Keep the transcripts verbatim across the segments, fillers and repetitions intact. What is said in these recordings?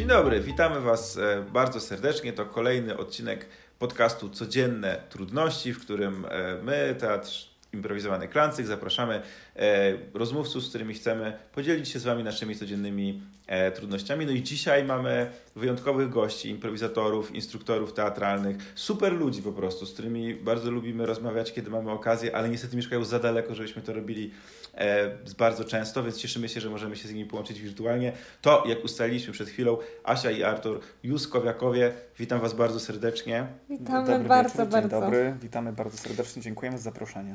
dobry, witamy Was bardzo serdecznie. To kolejny odcinek podcastu Codzienne Trudności, w którym my, Teatr Improwizowany Klancyk, zapraszamy rozmówców, z którymi chcemy podzielić się z Wami naszymi codziennymi trudnościami. No i dzisiaj mamy wyjątkowych gości, improwizatorów, instruktorów teatralnych, super ludzi po prostu, z którymi bardzo lubimy rozmawiać, kiedy mamy okazję, ale niestety mieszkają za daleko, żebyśmy to robili bardzo często, więc cieszymy się, że możemy się z nimi połączyć wirtualnie. To, jak ustaliliśmy przed chwilą, Asia i Artur Juskowiakowie. Witam Was bardzo serdecznie. Witamy dobry bardzo, wieczór, bardzo. Dzień dobry, witamy bardzo serdecznie, dziękujemy za zaproszenie.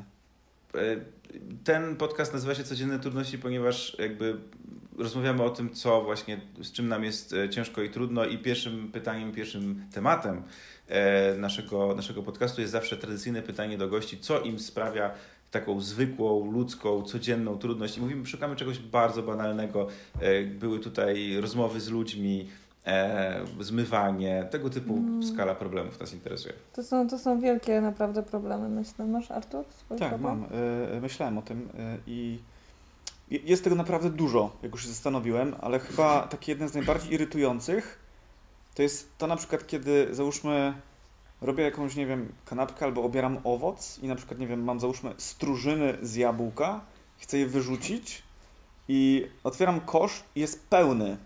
Ten podcast nazywa się Codzienne Trudności, ponieważ jakby rozmawiamy o tym, co właśnie, z czym nam jest ciężko i trudno, i pierwszym pytaniem, pierwszym tematem naszego, naszego podcastu jest zawsze tradycyjne pytanie do gości, co im sprawia taką zwykłą, ludzką, codzienną trudność. I mówimy, szukamy czegoś bardzo banalnego. Były tutaj rozmowy z ludźmi, E, zmywanie, tego typu mm. skala problemów nas interesuje. To są, to są wielkie naprawdę problemy, myślę. Masz, Artur? Tak, problem? mam. Y, myślałem o tym y, i jest tego naprawdę dużo, jak już się zastanowiłem, ale chyba takie jedne z najbardziej irytujących to jest to na przykład, kiedy załóżmy robię jakąś, nie wiem, kanapkę albo obieram owoc i na przykład, nie wiem, mam załóżmy strużyny z jabłka, chcę je wyrzucić i otwieram kosz i jest pełny.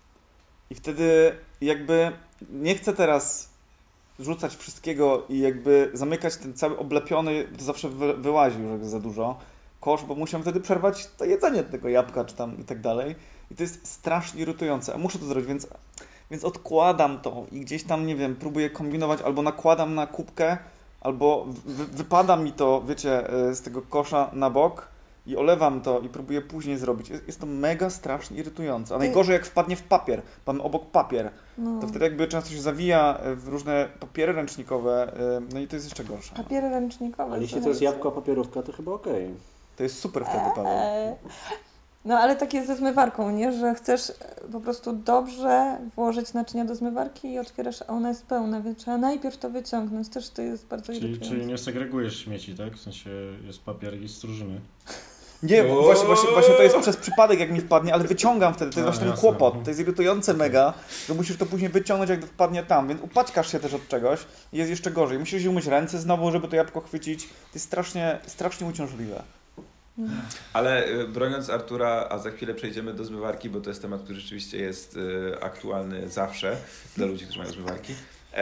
I wtedy jakby nie chcę teraz rzucać wszystkiego i jakby zamykać ten cały oblepiony, to zawsze wy, wyłazi już jak za dużo, kosz, bo muszę wtedy przerwać to jedzenie tego jabłka czy tam i tak dalej. I to jest strasznie irytujące, a muszę to zrobić, więc, więc odkładam to i gdzieś tam, nie wiem, próbuję kombinować, albo nakładam na kubkę, albo wy, wypada mi to, wiecie, z tego kosza na bok i olewam to i próbuję później zrobić. Jest, jest to mega strasznie irytujące. A najgorzej jak wpadnie w papier. Mamy obok papier. No. To wtedy jakby często się zawija w różne papiery ręcznikowe. No i to jest jeszcze gorsze. Papiery ręcznikowe. Ale jeśli to jest jabłko, papierówka, to chyba okej. Okay. To jest super wtedy, Paweł. Eee. No ale tak jest ze zmywarką, nie? Że chcesz po prostu dobrze włożyć naczynia do zmywarki i otwierasz, a ona jest pełna, więc trzeba najpierw to wyciągnąć. Też to jest bardzo czyli, irytujące. Czyli nie segregujesz śmieci, tak? W sensie jest papier i strużyny. Nie, właśnie, właśnie, właśnie to jest przez przypadek, jak mi wpadnie, ale wyciągam wtedy, to jest no, właśnie jasne. Ten kłopot, to jest irytujące okay. mega, że musisz to później wyciągnąć, jak wpadnie tam, więc upaćkasz się też od czegoś i jest jeszcze gorzej. Musisz umyć ręce znowu, żeby to jabłko chwycić, to jest strasznie, strasznie uciążliwe. Hmm. Ale broniąc Artura, a za chwilę przejdziemy do zmywarki, bo to jest temat, który rzeczywiście jest aktualny zawsze dla ludzi, którzy mają zmywarki.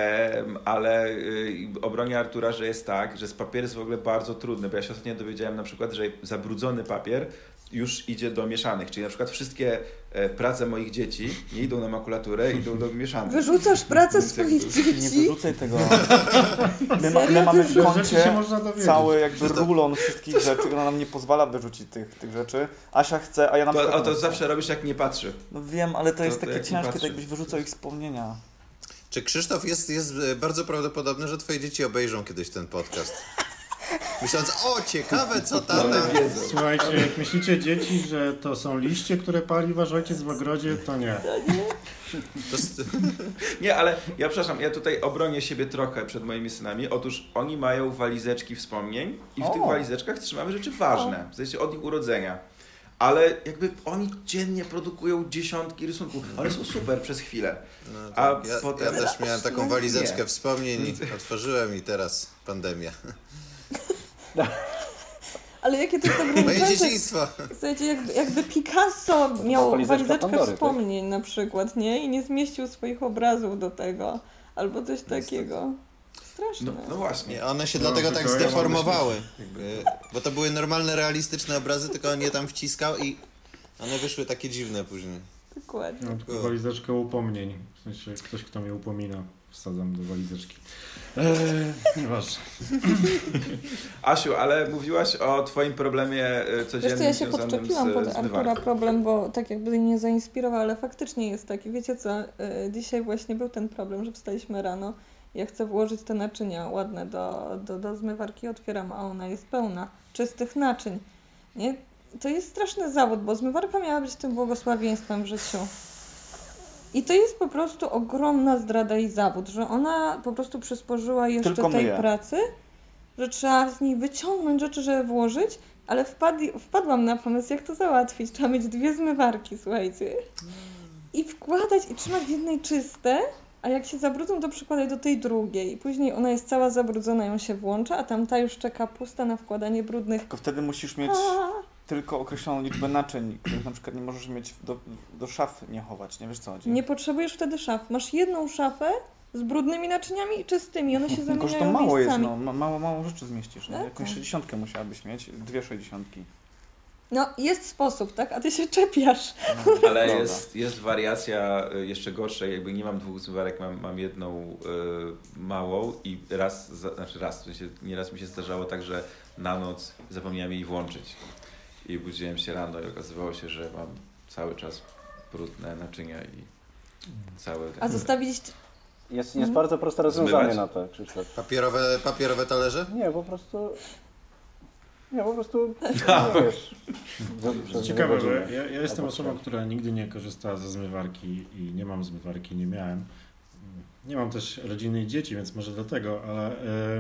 Ale obronię Artura, że jest tak, że z papier jest w ogóle bardzo trudny, bo ja się ostatnio dowiedziałem na przykład, że zabrudzony papier już idzie do mieszanych, czyli na przykład wszystkie prace moich dzieci nie idą na makulaturę, idą do mieszanych. Wyrzucasz pracę swoich dzieci? Nie wyrzucaj tego. My, ma, my mamy w koncie cały jakby rulon wszystkich rzeczy, ona nam nie pozwala wyrzucić tych, tych rzeczy. Asia chce, a ja na przykład... To, o to zawsze robisz, jak nie patrzy. No wiem, ale to, to jest to, takie to ciężkie, tak jakbyś wyrzucał ich wspomnienia. Czy Krzysztof, jest, jest bardzo prawdopodobne, że twoje dzieci obejrzą kiedyś ten podcast? Myśląc, o ciekawe co tata... Słuchajcie, jak myślicie dzieci, że to są liście, które pali wasz ojciec w ogrodzie, to nie. To st- nie, ale ja przepraszam, ja tutaj obronię siebie trochę przed moimi synami. Otóż oni mają walizeczki wspomnień i w o. tych walizeczkach trzymamy rzeczy ważne, w sensie od ich urodzenia. Ale jakby oni dziennie produkują dziesiątki rysunków. One są super przez chwilę. No tak. A ja, potem... ja też miałem taką walizeczkę nie. wspomnień i otworzyłem i teraz pandemia. Ale jakie to jest ograniczone? Moje dzieciństwo. Słuchajcie, jakby, jakby Picasso miał walizeczkę Pandory, wspomnień tak? na przykład, nie? I nie zmieścił swoich obrazów do tego. Albo coś takiego. Straszne. No, no właśnie. One się no, dlatego tak zdeformowały. Bo to były normalne, realistyczne obrazy, tylko on je tam wciskał i one wyszły takie dziwne później. Dokładnie. No, tylko walizeczkę upomnień. W sensie ktoś, kto mnie upomina, wsadzam do walizeczki. Eee, nieważne. Asiu, ale mówiłaś o twoim problemie codziennym. Wiesz co, ja się podczepiłam pod Artura problem, bo tak jakby nie zainspirował, ale faktycznie jest taki. Wiecie co, dzisiaj właśnie był ten problem, że wstaliśmy rano. Ja chcę włożyć te naczynia ładne do, do, do zmywarki, otwieram, a ona jest pełna czystych naczyń. Nie? To jest straszny zawód, bo zmywarka miała być tym błogosławieństwem w życiu. I to jest po prostu ogromna zdrada i zawód, że ona po prostu przysporzyła jeszcze Tylko tej myję. pracy, że trzeba z niej wyciągnąć rzeczy, żeby włożyć, ale ale wpadli, wpadłam na pomysł, jak to załatwić. Trzeba mieć dwie zmywarki, słuchajcie. i wkładać i trzymać w jednej czyste, a jak się zabrudzą, to przykładaj do tej drugiej. I później ona jest cała zabrudzona, ją się włącza, a tamta już czeka pusta na wkładanie brudnych. Tylko wtedy musisz mieć a. tylko określoną liczbę naczyń, których na przykład nie możesz mieć do, do szaf nie chować, nie wiesz co chodzi. Nie potrzebujesz wtedy szaf. Masz jedną szafę z brudnymi naczyniami i czystymi. One się zamieniają Tylko, że to mało miejscami. jest, no. Mało, mało rzeczy zmieścisz. No. Tak, Jakąś tak. sześćdziesiątkę musiałabyś mieć, dwie sześćdziesiątki. No, jest sposób, tak? A ty się czepiasz. No, ale jest, jest wariacja jeszcze gorsza, jakby nie mam dwóch zmywarek, mam, mam jedną y, małą i raz, za, znaczy raz, w sensie nieraz mi się zdarzało tak, że na noc zapomniałem jej włączyć i budziłem się rano i okazywało się, że mam cały czas brudne naczynia i całe... A zostawiliście... Jest, jest mhm. bardzo proste rozwiązanie Zmywać? na to, Krzysztof. Papierowe, papierowe talerze? Nie, po prostu... Nie, po prostu nie wiesz. To ciekawe, bo ja, ja jestem osobą, która nigdy nie korzystała ze zmywarki i nie mam zmywarki, nie miałem. Nie mam też rodziny i dzieci, więc może dlatego, ale,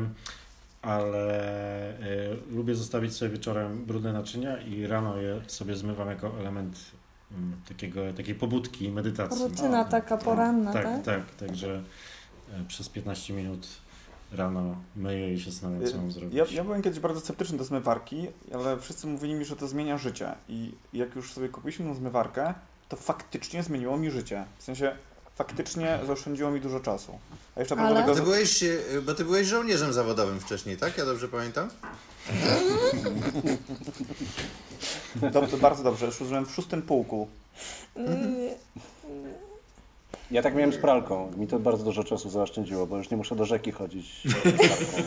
ale lubię zostawić sobie wieczorem brudne naczynia i rano je sobie zmywam jako element takiego, takiej pobudki, medytacji. Rutyna taka poranna, tak? tak? Tak, tak, także przez piętnaście minut rano myję i się zastanawiam, co mam zrobić. Ja, ja byłem kiedyś bardzo sceptyczny do zmywarki, ale wszyscy mówili mi, że to zmienia życie. I jak już sobie kupiliśmy tą zmywarkę, to faktycznie zmieniło mi życie. W sensie faktycznie zaoszczędziło mi dużo czasu. A jeszcze ale... tego... Ty byłeś, bo ty byłeś żołnierzem zawodowym wcześniej, tak? Ja dobrze pamiętam? Dobrze, bardzo dobrze. Służyłem w szóstym pułku. Ja tak miałem z pralką. Mi to bardzo dużo czasu zaoszczędziło, bo już nie muszę do rzeki chodzić z pralką.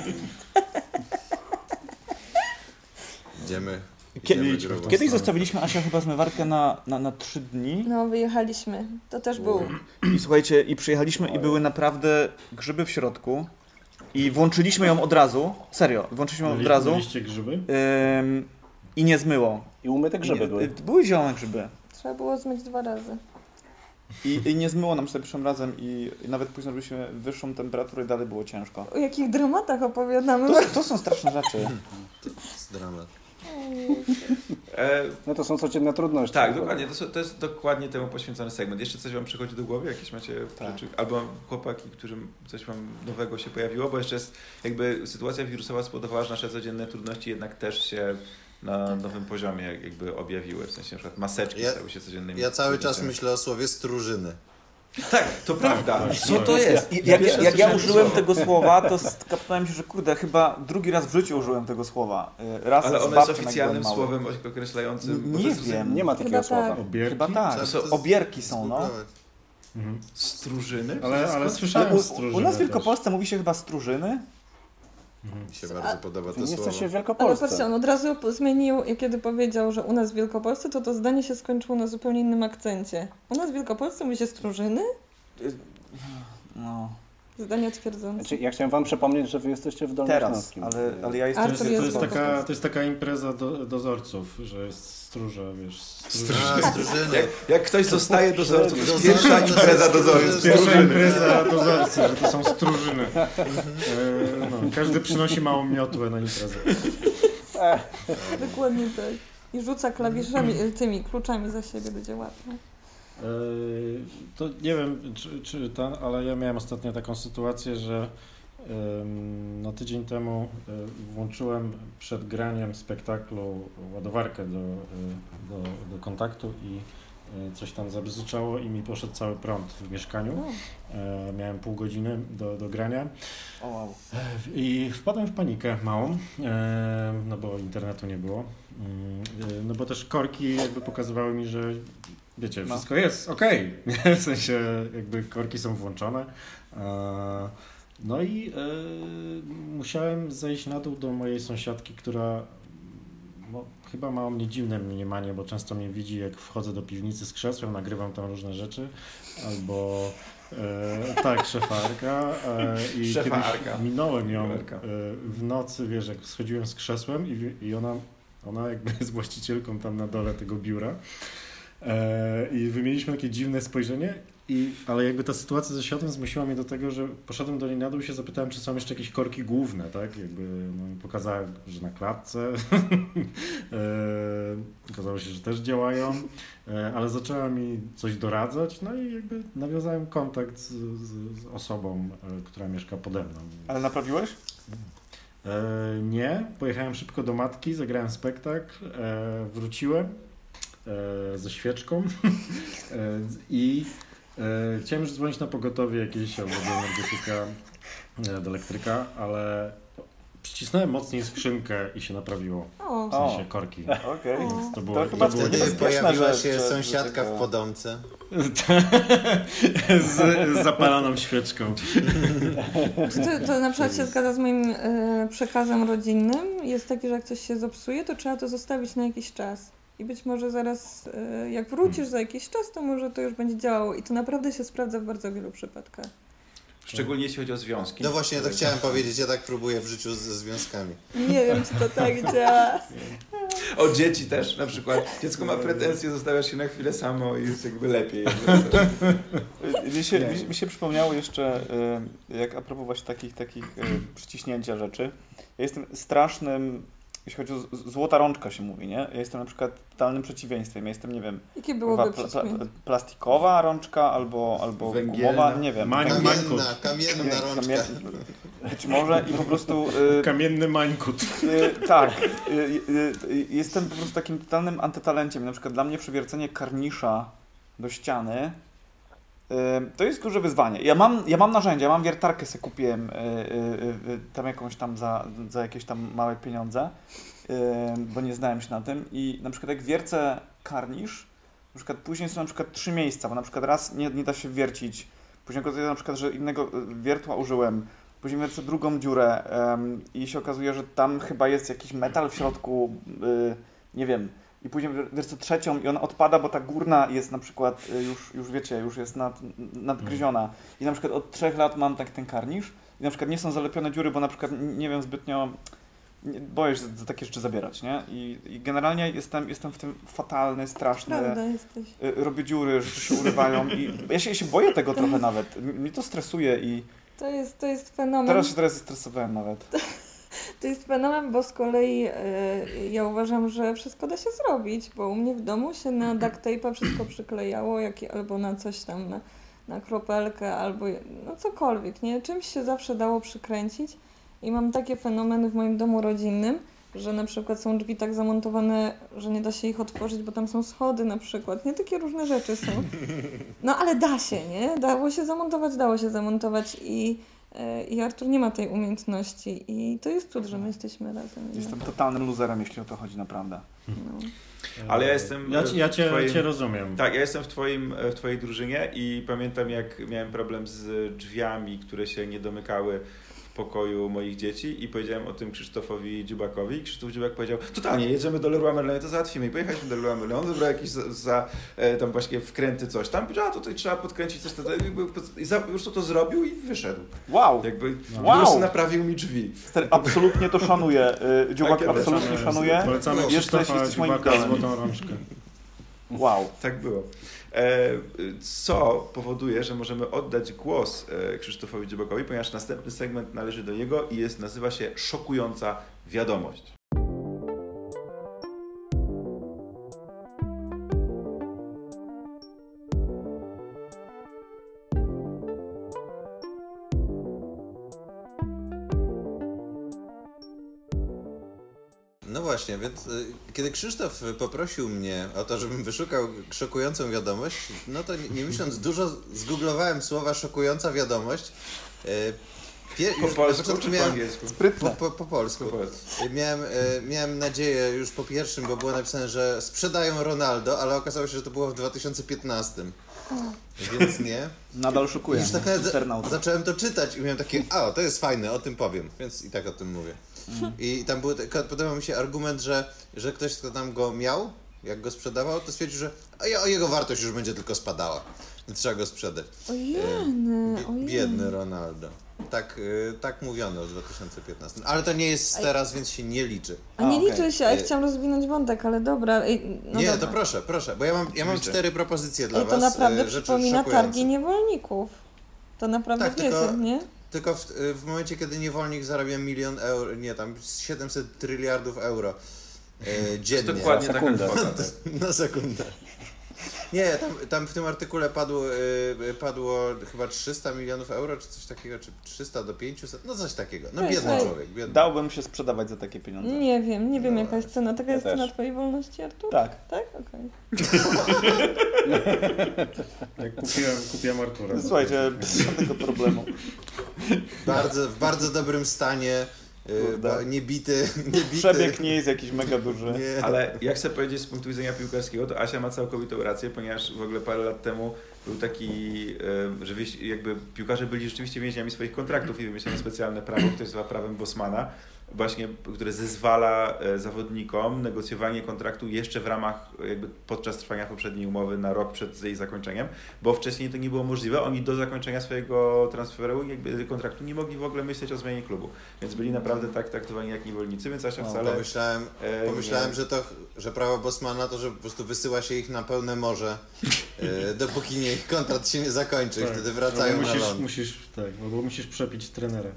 Idziemy. Kiedy, kiedyś zostawiliśmy Asia chyba zmywarkę na, na, na trzy dni. No, wyjechaliśmy. To też był. I słuchajcie, i przyjechaliśmy i były naprawdę grzyby w środku. I włączyliśmy ją od razu. Serio, włączyliśmy ją od razu. Mieliście grzyby? Ym, I nie zmyło. I umyte grzyby nie, były. Były zielone grzyby. Trzeba było zmyć dwa razy. I, I nie zmyło nam się pierwszym razem i, i nawet później robiliśmy wyższą temperaturę i dalej było ciężko. O jakich dramatach opowiadamy. To, to są straszne rzeczy. To jest dramat. No to są codzienne trudności. Tak, dokładnie. To, to jest dokładnie temu poświęcony segment. Jeszcze coś wam przychodzi do głowy? Jakieś macie tak. rzeczy? Albo chłopaki, którym coś wam nowego się pojawiło? Bo jeszcze jest jakby sytuacja wirusowa spowodowała, że nasze codzienne trudności jednak też się na nowym poziomie jakby objawiły. W sensie na przykład maseczki ja, stały się codziennymi. Ja cały czas rzeczami. myślę o słowie strużyny. Tak, to prawda. Co to jest? I, jak jak, jak ja użyłem tego słowa, to skapnąłem się, że kurde, chyba drugi raz w życiu użyłem tego słowa. Raz ale ono jest oficjalnym słowem określającym... Nie, nie wiem. Nie ma takiego słowa. Tak. Obierki? Chyba tak. To są obierki są, no. Mhm. Strużyny? Ale, ale słyszałem u, strużyny. U nas w Wielkopolsce mówi się chyba strużyny. Mi się bardzo podoba to nie słowo. jesteście w Ale Wielkopolsce. patrzcie, on od razu zmienił, kiedy powiedział, że u nas w Wielkopolsce, to to zdanie się skończyło na zupełnie innym akcencie. U nas w Wielkopolsce mówi się strużyny? No. Zdanie twierdzące. Znaczy, ja chciałem wam przypomnieć, że wy jesteście w Dolnośląskim. Teraz, ale, ale ja A, jestem... To jest, to to, jest jest taka, to jest taka impreza do, dozorców, że jest stróża, wiesz, stróża. A, strużyny. Jak, jak ktoś zostaje dozorcą, to jest Dozorcy, pierwsza to są impreza dozorców. strużyny. Pierwsza impreza dozorcy, że to są strużyny. E, no, każdy przynosi małą miotłę na imprezę. Dokładnie tak. I rzuca klawiszami, tymi kluczami za siebie, będzie łatwo. To nie wiem, czy, czy ten, ale ja miałem ostatnio taką sytuację, że no, tydzień temu włączyłem przed graniem spektaklu ładowarkę do, do, do kontaktu i coś tam zabzyczało i mi poszedł cały prąd w mieszkaniu. Miałem pół godziny do, do grania. Oh, wow. I wpadłem w panikę małą, no bo internetu nie było. No bo też korki jakby pokazywały mi, że wiecie, wszystko no. jest okej. Okay. W sensie jakby korki są włączone. No i musiałem zejść na dół do mojej sąsiadki, która no, chyba ma o mnie dziwne mniemanie, bo często mnie widzi, jak wchodzę do piwnicy z krzesłem, nagrywam tam różne rzeczy, albo e, tak, szefarka. E, I Szefarka. Minąłem ją e, w nocy, wiesz, jak schodziłem z krzesłem i, i ona, ona jakby jest właścicielką tam na dole tego biura. E, I wymieniliśmy takie dziwne spojrzenie I, ale jakby ta sytuacja ze światłem zmusiła mnie do tego, że poszedłem do niej na dół i się zapytałem, czy są jeszcze jakieś korki główne, tak? Jakby no, pokazałem, że na klatce. e, okazało się, że też działają, e, ale zaczęła mi coś doradzać, no i jakby nawiązałem kontakt z, z, z osobą, e, która mieszka pode mną. Ale naprawiłeś? E, nie, pojechałem szybko do matki, zagrałem spektakl, e, wróciłem e, ze świeczką e, i E, chciałem już dzwonić na pogotowie jakieś albo do energetyka, e, do elektryka, ale przycisnąłem mocniej skrzynkę i się naprawiło. O. W sensie korki. Okej. Więc to było, To chyba to było Wtedy nie- pojawiła że- się że- sąsiadka że tego- w podomce. z, z zapaloną świeczką. Czy to, to na przykład się zgadza z moim e, przekazem rodzinnym? Jest taki, że jak coś się zepsuje, to trzeba to zostawić na jakiś czas. I być może zaraz, e, jak wrócisz za jakiś czas, to może to już będzie działało. I to naprawdę się sprawdza w bardzo wielu przypadkach. Szczególnie jeśli chodzi o związki. No właśnie, to chciałem powiedzieć, ja tak próbuję w życiu ze związkami. Nie wiem, czy to tak działa. O dzieci też, na przykład. Dziecko ma pretensje, zostawiasz się na chwilę samo i jest jakby lepiej. Mi się, mi, mi się przypomniało jeszcze, y, jak a propos właśnie takich, takich y, przyciśnięcia rzeczy. Ja jestem strasznym, jeśli chodzi o z- złota rączka się mówi, nie? Ja jestem na przykład totalnym przeciwieństwem. Ja jestem, nie wiem, Jakie byłoby pla, pla, przeciwieństwo? plastikowa rączka albo, albo Węgielna. gumowa, nie wiem. Mań- Węgielna, Kamienna, kamienna rączka. kamie- być może i po prostu... Y, Kamienny mańkut. Y, tak. Y, y, y, jestem po prostu takim totalnym antytalenciem. Na przykład dla mnie przywiercenie karnisza do ściany y, to jest duże wyzwanie. Ja mam, ja mam narzędzia, ja mam wiertarkę, sobie kupiłem y, y, y, tam jakąś tam za, za jakieś tam małe pieniądze, y, bo nie znałem się na tym i na przykład jak wiercę karnisz, na przykład później są na przykład trzy miejsca, bo na przykład raz nie, nie da się wiercić, później okazuje się na przykład, że innego wiertła użyłem, później wiercę drugą dziurę um, i się okazuje, że tam chyba jest jakiś metal w środku, y, nie wiem, i później wiercę trzecią i ona odpada, bo ta górna jest na przykład y, już, już wiecie, już jest nad, nadgryziona i na przykład od trzech lat mam tak ten karnisz i na przykład nie są zalepione dziury, bo na przykład nie wiem zbytnio, nie, boję się za, za takie rzeczy zabierać, nie? I, i generalnie jestem, jestem w tym fatalny, straszny. Prawda, jesteś. Y, robię dziury, rzeczy się urywają i ja się, ja się boję tego trochę nawet. Mnie to stresuje i To jest, to jest fenomen. teraz się teraz zestresowałem nawet. To jest fenomen, bo z kolei y, ja uważam, że wszystko da się zrobić, bo u mnie w domu się na duct tape'a wszystko przyklejało, jak, albo na coś tam, na, na kropelkę, albo no cokolwiek, nie? Czymś się zawsze dało przykręcić i mam takie fenomeny w moim domu rodzinnym, że na przykład są drzwi tak zamontowane, że nie da się ich otworzyć, bo tam są schody na przykład, nie? Takie różne rzeczy są. No ale da się, nie? Dało się zamontować, dało się zamontować i I Artur nie ma tej umiejętności i to jest cud, że my jesteśmy razem. Jestem totalnym loserem, jeśli o to chodzi naprawdę. No. Ale ja jestem... Ja, ja cię, twoim... cię rozumiem. Tak, ja jestem w, twoim, w twojej drużynie i pamiętam, jak miałem problem z drzwiami, które się nie domykały w pokoju moich dzieci i powiedziałem o tym Krzysztofowi Dziubakowi. Krzysztof Dziubak powiedział, totalnie, jedziemy do Leroy Merlin, to załatwimy. I pojechaliśmy do Leroy Merlin, on wybrał jakieś za, za e, tam właśnie wkręty coś tam, powiedział, a tutaj trzeba podkręcić coś, to, i za, po prostu to zrobił i wyszedł. Wow! Jakby Wow. po prostu naprawił mi drzwi. Stary, absolutnie to szanuję. Y, Dziubak Tak, absolutnie Polecamy- szanuję. Polecamy Jesteś, Krzysztofa jesteś moim Dziubaka idolem. złotą rączkę. Wow. Tak było. E, co powoduje, że możemy oddać głos e, Krzysztofowi Dziubakowi, ponieważ następny segment należy do niego i jest, nazywa się Szokująca wiadomość. No właśnie, więc y, kiedy Krzysztof poprosił mnie o to, żebym wyszukał szokującą wiadomość, no to nie, nie myśląc dużo, zgooglowałem słowa szokująca wiadomość. Y, Pier, Po już polsku na początku czy po miałem, angielsku? po, po, po polsku. Po polsku. Miałem, y, miałem nadzieję już po pierwszym, bo było napisane, że sprzedają Ronaldo, ale okazało się, że to było w dwa tysiące piętnastym. Więc nie. Nadal szukuję. Już tak nawet Internauta. za, zacząłem to czytać i miałem takie, a to jest fajne, o tym powiem, więc i tak o tym mówię. I tam był, podobał mi się argument, że, że ktoś, kto tam go miał, jak go sprzedawał, to stwierdził, że a jego wartość już będzie tylko spadała. trzeba go sprzedać. Ojeny, ojeny. Biedny Ronaldo. Tak, tak mówiono w dwa tysiące piętnastym. Ale to nie jest teraz, więc się nie liczy. A nie A, okay. liczy się, a ja chciałam rozwinąć wątek, ale dobra. No nie, dobra. to proszę, proszę, bo ja mam, ja mam cztery propozycje dla I was. to naprawdę rzeczy przypomina szokujące. targi niewolników. To naprawdę Tak, wiecie, tylko, nie? Tylko w, w momencie, kiedy niewolnik zarabia milion euro, nie, tam siedemset tryliardów euro e, dziennie. To jest dokładnie taka kwota. Na sekundę. Nie, tam, tam w tym artykule padło, yy, padło chyba trzysta milionów euro, czy coś takiego, czy trzysta do pięciuset, no coś takiego. No biedny Hej, człowiek. Biedny. Dałbym się sprzedawać za takie pieniądze. Nie wiem, nie wiem No jaka jest cena. Taka ja jest też. cena twojej wolności, Artur? Tak. Tak? Okej. Jak kupiłem, kupiłem Artura. Słuchajcie, bez żadnego problemu. Bardzo, w bardzo dobrym stanie, yy, ba, niebity, niebity. Przebieg nie jest jakiś mega duży. Nie. Ale jak chcę powiedzieć z punktu widzenia piłkarskiego, to Asia ma całkowitą rację, ponieważ w ogóle parę lat temu był taki, że jakby piłkarze byli rzeczywiście więźniami swoich kontraktów i wymyślono specjalne prawo, które się nazywa prawem Bosmana, właśnie, które zezwala zawodnikom negocjowanie kontraktu jeszcze w ramach, jakby podczas trwania poprzedniej umowy na rok przed jej zakończeniem, bo wcześniej to nie było możliwe. Oni do zakończenia swojego transferu, jakby kontraktu, nie mogli w ogóle myśleć o zmianie klubu, więc byli naprawdę tak traktowani jak niewolnicy, więc Asia wcale... Pomyślałem, e, pomyślałem nie... że to, że prawo Bosmana to, że po prostu wysyła się ich na pełne morze, e, dopóki nie, ich kontrakt się nie zakończy tak. i wtedy wracają musisz, na ląd. Musisz, tak, bo musisz przepić trenera.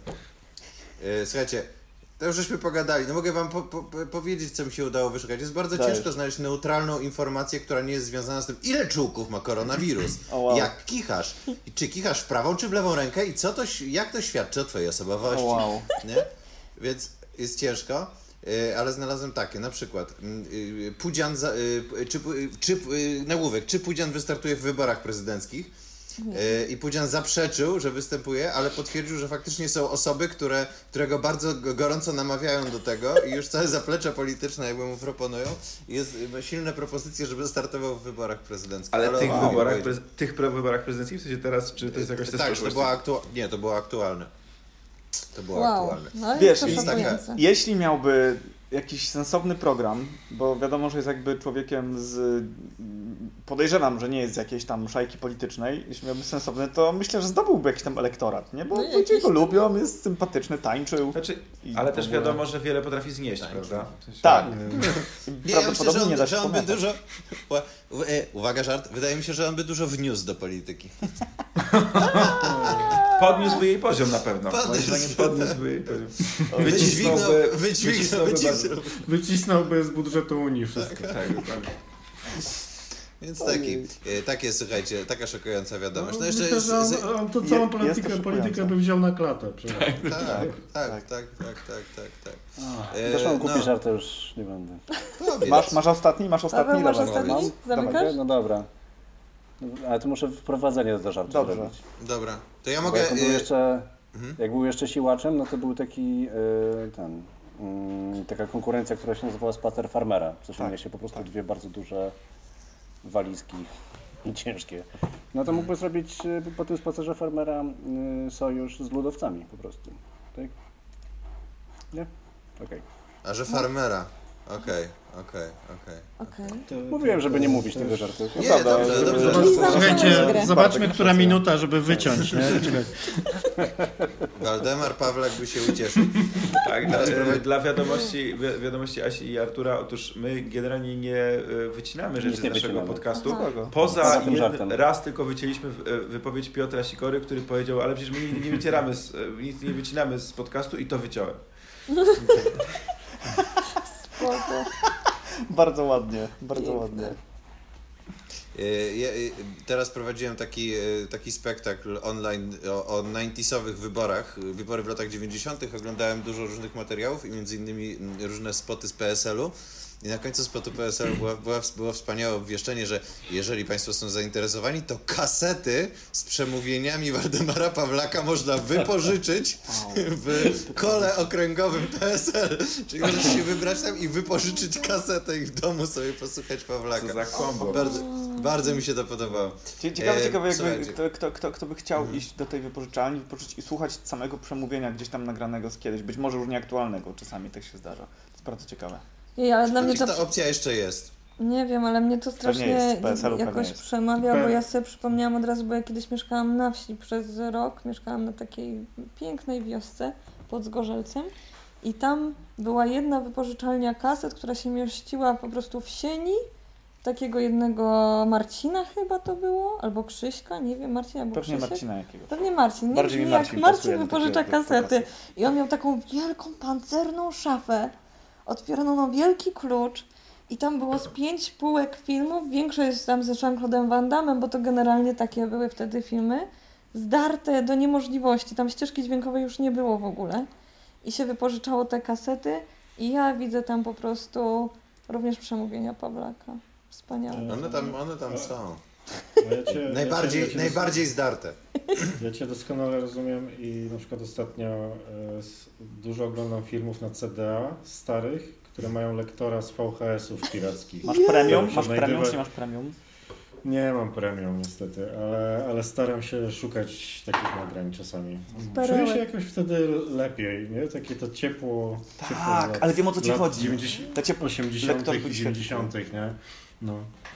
E, słuchajcie, to już żeśmy pogadali. No mogę wam po, po, powiedzieć, co mi się udało wyszukać. Jest bardzo Dajesz. ciężko znaleźć neutralną informację, która nie jest związana z tym, ile czółków ma koronawirus, Oh, wow. jak kichasz, i czy kichasz w prawą czy w lewą rękę i co to, jak to świadczy o twojej osobowości. Oh, wow. Nie? Więc jest ciężko, ale znalazłem takie, na przykład Pudzian, za, czy, czy, nagłówek, czy Pudzian wystartuje w wyborach prezydenckich? I Pudzian zaprzeczył, że występuje, ale potwierdził, że faktycznie są osoby, które, które go bardzo gorąco namawiają do tego i już całe zaplecze polityczne jakby mu proponują. Jest silne propozycje, żeby startował w wyborach prezydenckich. Ale, ale tych, wow, wyborach, prez, tych wyborach prezydenckich, w sensie teraz, czy to jest jakaś tak, to było aktu... Nie, to było aktualne. To było wow. aktualne. No, Wiesz, taka... jeśli miałby jakiś sensowny program, bo wiadomo, że jest jakby człowiekiem z... Podejrzewam, że nie jest z jakiejś tam szajki politycznej. Jeśli miałby sensowny, to myślę, że zdobyłby jakiś tam elektorat, nie? Bo no ludzie jakiś... go lubią, jest sympatyczny, tańczył. Znaczy, ale też ogóle... wiadomo, że wiele potrafi znieść, tańczył. prawda? W sensie... Tak. Nie, ja myślę, że on, nie że on by dużo... Uwaga, żart. Wydaje mi się, że on by dużo wniósł do polityki. Podniósłby jej poziom na pewno. Podniósł. Podniósłby jej poziom. Wycisnąłby, wycisnąłby, wycisnąłby, wycisnąłby z budżetu Unii wszystko. Tak, tak, dokładnie. Więc taki, takie, słuchajcie, taka szokująca wiadomość. No jeszcze Myślę, że on, on to całą je, politykę, politykę by wziął na klatę. Tak, tak, tak, tak, tak, tak, tak, tak. Zresztą on kupi żart, to już nie będę. Masz, masz ostatni? Masz ostatni? Paweł, masz Dawaj. ostatni? Zamykasz? No dobra. Ale to muszę wprowadzenie do żartu Dobrze. zrobić. Dobra, to ja mogę... Jak był jeszcze, mhm. jak był jeszcze siłaczem, no to był taki yy, ten, yy, taka konkurencja, która się nazywała Spacer Farmera. W sensie Tak, się po prostu tak. dwie bardzo duże walizki i ciężkie. No to mógłby zrobić yy, po tym spacerze Farmera yy, sojusz z ludowcami po prostu. Tak? Nie? Okej. Okay. A że farmera. Okej, okej, okej. Okej. Mówiłem, żeby nie mówić tego żartu. Nie, Prawda, dobrze, żeby- dobrze. żeby- Słuchajcie, zobaczmy, Bartek która Krzysiek. minuta, żeby wyciąć. Nie? Czekaj. Waldemar Pawlak by się ucieszył. Tak, Teraz dla, prowadzi- dla wiadomości, wi- wiadomości Asi i Artura, otóż my generalnie nie e, wycinamy rzeczy Nic z nie naszego wycinamy. podcastu. Aha. Poza Poza tym jeden żartem. raz tylko wycięliśmy w- e, wypowiedź Piotra Sikory, który powiedział, ale przecież my nigdy nie wycieramy, z, e, nic nie wycinamy z podcastu i to wyciąłem. Spoko. Bardzo ładnie, bardzo Piękne. ładnie. Y, Ja y, teraz prowadziłem taki, y, taki spektakl online o, o dziewięćdziesiątych wyborach, y, wybory w latach dziewięćdziesiątych. Oglądałem dużo różnych materiałów i między innymi mm, różne spoty z P S L u. I na końcu spotu P S L u była, była, było wspaniałe obwieszczenie, że jeżeli Państwo są zainteresowani, to kasety z przemówieniami Waldemara Pawlaka można wypożyczyć w kole okręgowym P S L. Czyli możesz się wybrać tam i wypożyczyć kasetę i w domu sobie posłuchać Pawlaka. Co za kombo. Bardzo, bardzo mi się to podobało. Ciekawe, E, ciekawe jakby słuchajcie. kto, kto, kto, kto by chciał iść do tej wypożyczalni, wypożyczyć i słuchać samego przemówienia gdzieś tam nagranego z kiedyś, być może już nieaktualnego, czasami tak się zdarza. To jest bardzo ciekawe. Jej, ale dla mnie Ta to... opcja jeszcze jest. Nie wiem, ale mnie to strasznie to jakoś przemawia, bo ja sobie przypomniałam od razu, bo ja kiedyś mieszkałam na wsi przez rok, mieszkałam na takiej pięknej wiosce pod Zgorzelcem i tam była jedna wypożyczalnia kaset, która się mieściła po prostu w sieni takiego jednego Marcina chyba to było, albo Krzyśka, nie wiem, Marcina albo Pewnie Krzysiek. Marcina jakiegoś. Pewnie Marcin, nie brzmi jak Marcin wypożycza kasety i on miał taką wielką pancerną szafę, otwierano na wielki klucz i tam było z pięć półek filmów, większość tam ze Jean-Claude'em Van Damme, bo to generalnie takie były wtedy filmy, zdarte do niemożliwości, tam ścieżki dźwiękowej już nie było w ogóle i się wypożyczało te kasety i ja widzę tam po prostu również przemówienia Pawlaka. Wspaniałe. One tam, one tam są. Ja cię, najbardziej, ja cię, ja cię najbardziej zdarte. Ja Cię doskonale rozumiem i na przykład ostatnio e, dużo oglądam filmów na C D A starych, które mają lektora z V H S-ów pirackich. Masz premium? Masz premium czy nie masz premium? Nie mam premium niestety, ale, ale staram się szukać takich nagrań czasami. Czuję się jakoś wtedy lepiej, nie? Takie to ciepło. Tak, ciepło lat, ale wiem o co Ci chodzi. dziewięćdziesiątych, osiemdziesiątych i dziewięćdziesiątych, nie? No.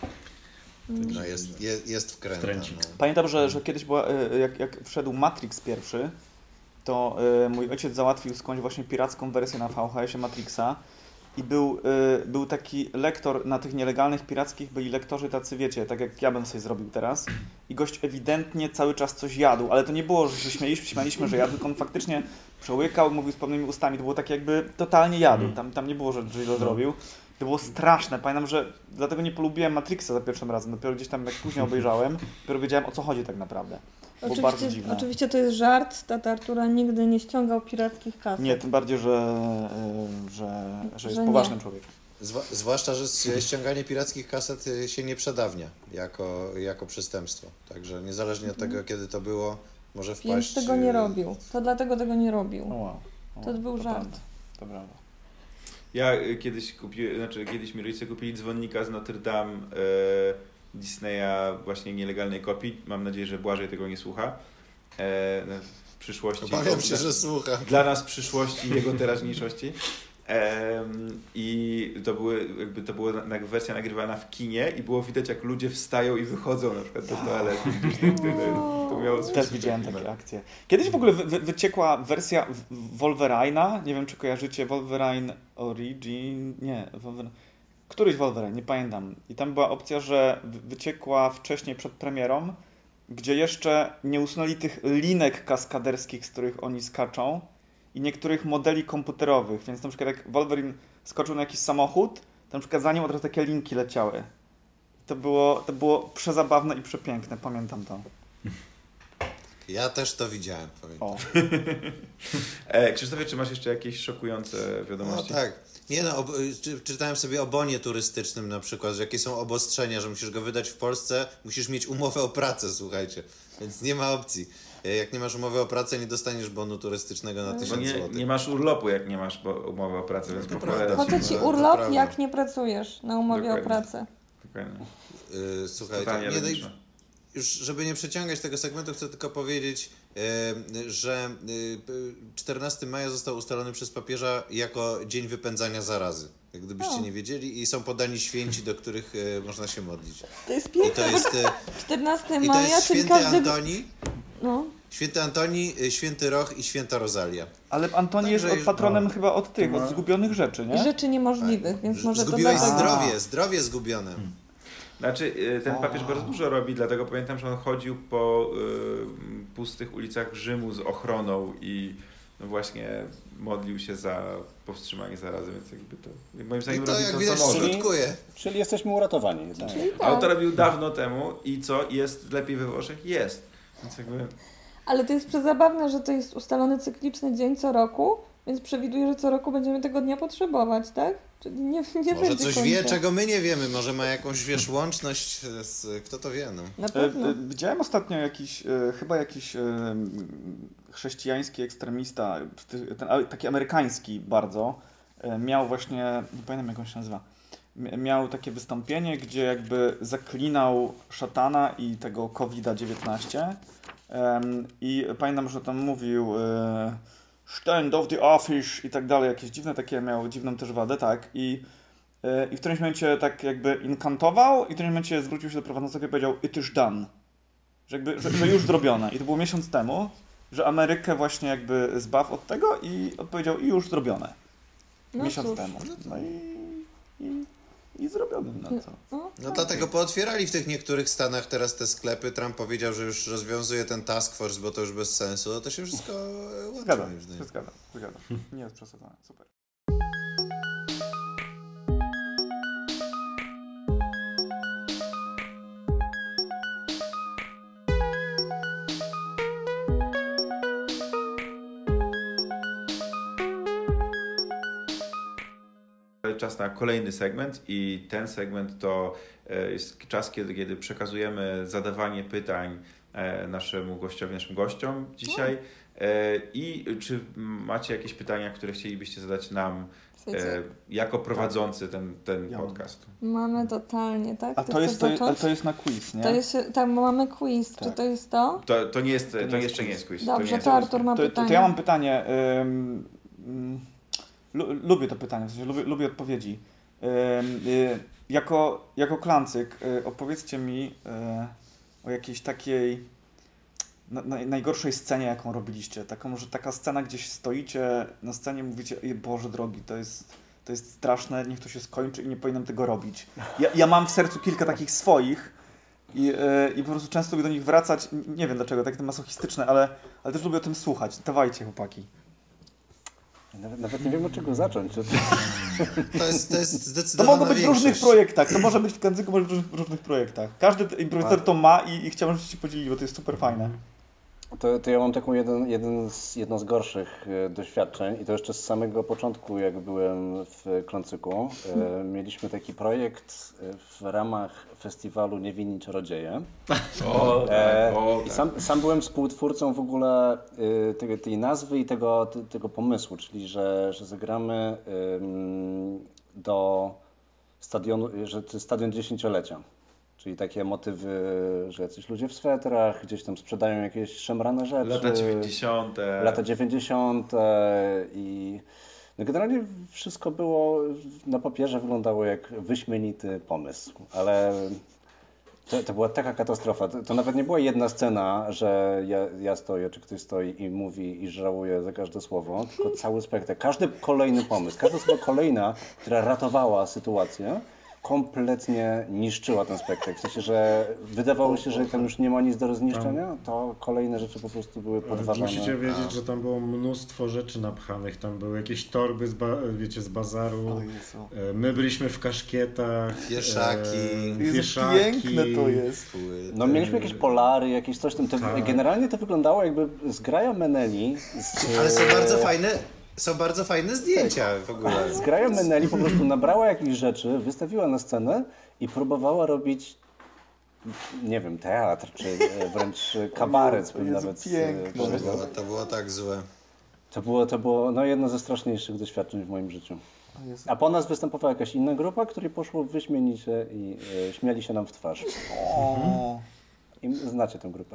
No jest, jest, jest wkręta. No. Pamiętam, że, że kiedyś była, jak, jak wszedł Matrix pierwszy, to y, mój ojciec załatwił skądś właśnie piracką wersję na V H S-ie Matrixa i był, y, był taki lektor, na tych nielegalnych pirackich byli lektorzy tacy, wiecie, tak jak ja bym sobie zrobił teraz i gość ewidentnie cały czas coś jadł, ale to nie było, że się śmieliśmy, śmialiśmy, że jadł, tylko on faktycznie przełykał, mówił z pewnymi ustami, to było tak jakby totalnie jadł, tam, tam nie było, że źle zrobił. To było straszne. Pamiętam, że dlatego nie polubiłem Matrixa za pierwszym razem. Dopiero gdzieś tam jak później obejrzałem, dopiero wiedziałem o co chodzi tak naprawdę. Było oczywiście, bardzo dziwne. Oczywiście to jest żart. Tata Artura nigdy nie ściągał pirackich kaset. Nie, tym bardziej, że, że, że jest że poważnym człowiekiem. Zwa, zwłaszcza, że ściąganie pirackich kaset się nie przedawnia jako, jako przestępstwo. Także niezależnie od tego, kiedy to było, może wpaść... Więc tego nie robił. To dlatego tego nie robił. Oh wow. Oh, to był to żart. Prawda. To prawda. Ja kiedyś kupiłem, znaczy kiedyś mi rodzice kupili dzwonnika z Notre Dame e, Disneya, właśnie nielegalnej kopii. Mam nadzieję, że Błażej tego nie słucha. E, w przyszłości. Obawiam się, że słucha. Dla nas przyszłości, jego teraźniejszości. E, I to, były, jakby to była na, wersja nagrywana w kinie i było widać, jak ludzie wstają i wychodzą na przykład do toalety. To miało Też widziałem takie akcje. Kiedyś w ogóle wy, wy, wyciekła wersja Wolverine'a, nie wiem czy kojarzycie, Wolverine Origin, nie, Wolverine, któryś Wolverine, nie pamiętam. I tam była opcja, że wyciekła wcześniej przed premierą, gdzie jeszcze nie usunęli tych linek kaskaderskich, z których oni skaczą i niektórych modeli komputerowych, więc na przykład jak Wolverine skoczył na jakiś samochód, to na przykład za nim od razu takie linki leciały. To było, to było przezabawne i przepiękne, pamiętam to. Ja też to widziałem, pamiętam. e, Krzysztofie, czy masz jeszcze jakieś szokujące wiadomości? No tak. Nie no, ob- czy, czytałem sobie o bonie turystycznym na przykład, że jakie są obostrzenia, że musisz go wydać w Polsce, musisz mieć umowę o pracę, słuchajcie. Więc nie ma opcji. Jak nie masz umowy o pracę, nie dostaniesz bonu turystycznego na tysiąc złotych. Nie, nie masz urlopu, jak nie masz umowy o pracę, więc pochwalę. Po co ci urlop, jak nie pracujesz na umowie Dokładnie. o pracę? Dokładnie. Yy, słuchajcie, nie, no i już żeby nie przeciągać tego segmentu, chcę tylko powiedzieć, yy, że yy, czternastego maja został ustalony przez papieża jako dzień wypędzania zarazy. Jak gdybyście o. nie wiedzieli, i są podani święci, do których yy, można się modlić. To jest piękne. I to jest, yy, czternastego maja, maja, i to jest czyli święty każdy... Antoni. No. Święty Antoni, święty Roch i święta Rozalia. Ale Antoni tak, jest od patronem już... chyba od tych, no. od zgubionych rzeczy, nie? Rzeczy niemożliwych, tak. więc może Zgubiłeś to zdrowie, zdrowie zgubione. Hmm. Znaczy, ten papież bardzo dużo robi, dlatego pamiętam, że on chodził po y, pustych ulicach Rzymu z ochroną i no właśnie modlił się za powstrzymanie zarazy, więc jakby to, moim zdaniem, I to robi jak to widać skutkuje. Czyli jesteśmy uratowani. Tak. A on to robił dawno temu i co? Jest lepiej we Włoszech? Jest. Więc jakby... Ale to jest przezabawne, że to jest ustalony cykliczny dzień co roku, więc przewiduję, że co roku będziemy tego dnia potrzebować, tak? Czyli nie, nie może będzie coś końca. wie, czego my nie wiemy, może ma jakąś, wiesz, łączność z, kto to wie, no. Na pewno. E, widziałem ostatnio jakiś, e, chyba jakiś e, chrześcijański ekstremista, ten, taki amerykański bardzo, e, miał właśnie, nie pamiętam jak on się nazywa, miał takie wystąpienie, gdzie jakby zaklinał szatana i tego kowida dziewiętnaście e, i pamiętam, że tam mówił e, stand of the office i tak dalej, jakieś dziwne takie, miał dziwną też wadę, tak, i i w którymś momencie tak jakby inkantował i w którymś momencie zwrócił się do prowadzącego i powiedział it is done, że, jakby, że, że już zrobione. I to było miesiąc temu, że Amerykę właśnie jakby zbaw od tego i odpowiedział i już zrobione. No miesiąc cóż. temu. No i, i, i zrobione na co. No, no dlatego pootwierali w tych niektórych stanach teraz te sklepy. Trump powiedział, że już rozwiązuje ten task force, bo to już bez sensu. To się wszystko łączy. Zgadzam, się zgadzam, zgadzam. Nie jest przesadzone. Super. Czas na kolejny segment i ten segment to jest czas, kiedy, kiedy przekazujemy zadawanie pytań naszemu gościowi, naszym gościom dzisiaj. I czy macie jakieś pytania, które chcielibyście zadać nam Słuchajcie. jako prowadzący ten, ten ja podcast? Mamy totalnie, tak? A to, jest, to, ale to jest na quiz, nie? To jest, tak, mamy quiz. Tak. Czy to jest to? To, to, nie jest, to, to jeszcze nie jest quiz. Dobrze, to, jest to Artur ma to, pytanie. To, to ja mam pytanie. Um, um, Lubię to pytanie, w sensie lubię, lubię odpowiedzi. Yy, yy, jako, jako klancyk, yy, opowiedzcie mi yy, o jakiejś takiej na, na, najgorszej scenie, jaką robiliście. Taką, może taka scena, gdzieś stoicie na scenie i mówicie, Boże drogi, to jest, to jest straszne, niech to się skończy i nie powinienem tego robić. Ja, ja mam w sercu kilka takich swoich i, yy, i po prostu często lubię do nich wracać. Nie wiem dlaczego, takie to masochistyczne, ale, ale też lubię o tym słuchać. Dawajcie, chłopaki. Nawet, nawet nie wiem, od czego zacząć. To jest, to jest zdecydowanie. To mogą być w różnych projektach. To może być w Klancyku, może być w różnych, różnych projektach. Każdy improwizator to ma i, i chciałbym, żebyście się podzielili, bo to jest super fajne. To, to ja mam taką jeden, jeden z, jedno z gorszych e, doświadczeń i to jeszcze z samego początku, jak byłem w Klancyku. E, mieliśmy taki projekt w ramach festiwalu Niewinni Czarodzieje. O, e, o, I sam, sam byłem współtwórcą w ogóle e, tej, tej nazwy i tego, te, tego pomysłu, czyli że, że zagramy e, do stadionu, że to jest stadion dziesięciolecia. Czyli takie motywy, że jacyś ludzie w swetrach gdzieś tam sprzedają jakieś szemrane rzeczy. Lata dziewięćdziesiąte. Lata dziewięćdziesiąte i no generalnie wszystko było, na papierze wyglądało jak wyśmienity pomysł, ale to, to była taka katastrofa. To, to nawet nie była jedna scena, że ja, ja stoję, czy ktoś stoi i mówi i żałuje za każde słowo, tylko cały spektakl. Każdy kolejny pomysł, każda osoba kolejna, która ratowała sytuację, kompletnie niszczyła ten spektakl. W sensie, że wydawało się, że tam już nie ma nic do rozniszczenia, to kolejne rzeczy po prostu były podważane. Musicie wiedzieć, że tam było mnóstwo rzeczy napchanych. Tam były jakieś torby z, ba- wiecie, z bazaru. My byliśmy w kaszkietach. Wieszaki. E, wieszaki. Piękne to jest. No mieliśmy jakieś polary, jakieś coś tam. To, tak. Generalnie to wyglądało jakby zgraja Meneli. Z, Ale są bardzo fajne. Są bardzo fajne zdjęcia w ogóle. Zgraja Meneli po prostu nabrała jakichś rzeczy, wystawiła na scenę i próbowała robić, nie wiem, teatr, czy wręcz kabaret, bym nawet powiedział. To było tak złe. To było, to było no, jedno ze straszniejszych doświadczeń w moim życiu. A po nas występowała jakaś inna grupa, której poszło wyśmienić się i e, śmiali się nam w twarz. O. I znacie tę grupę.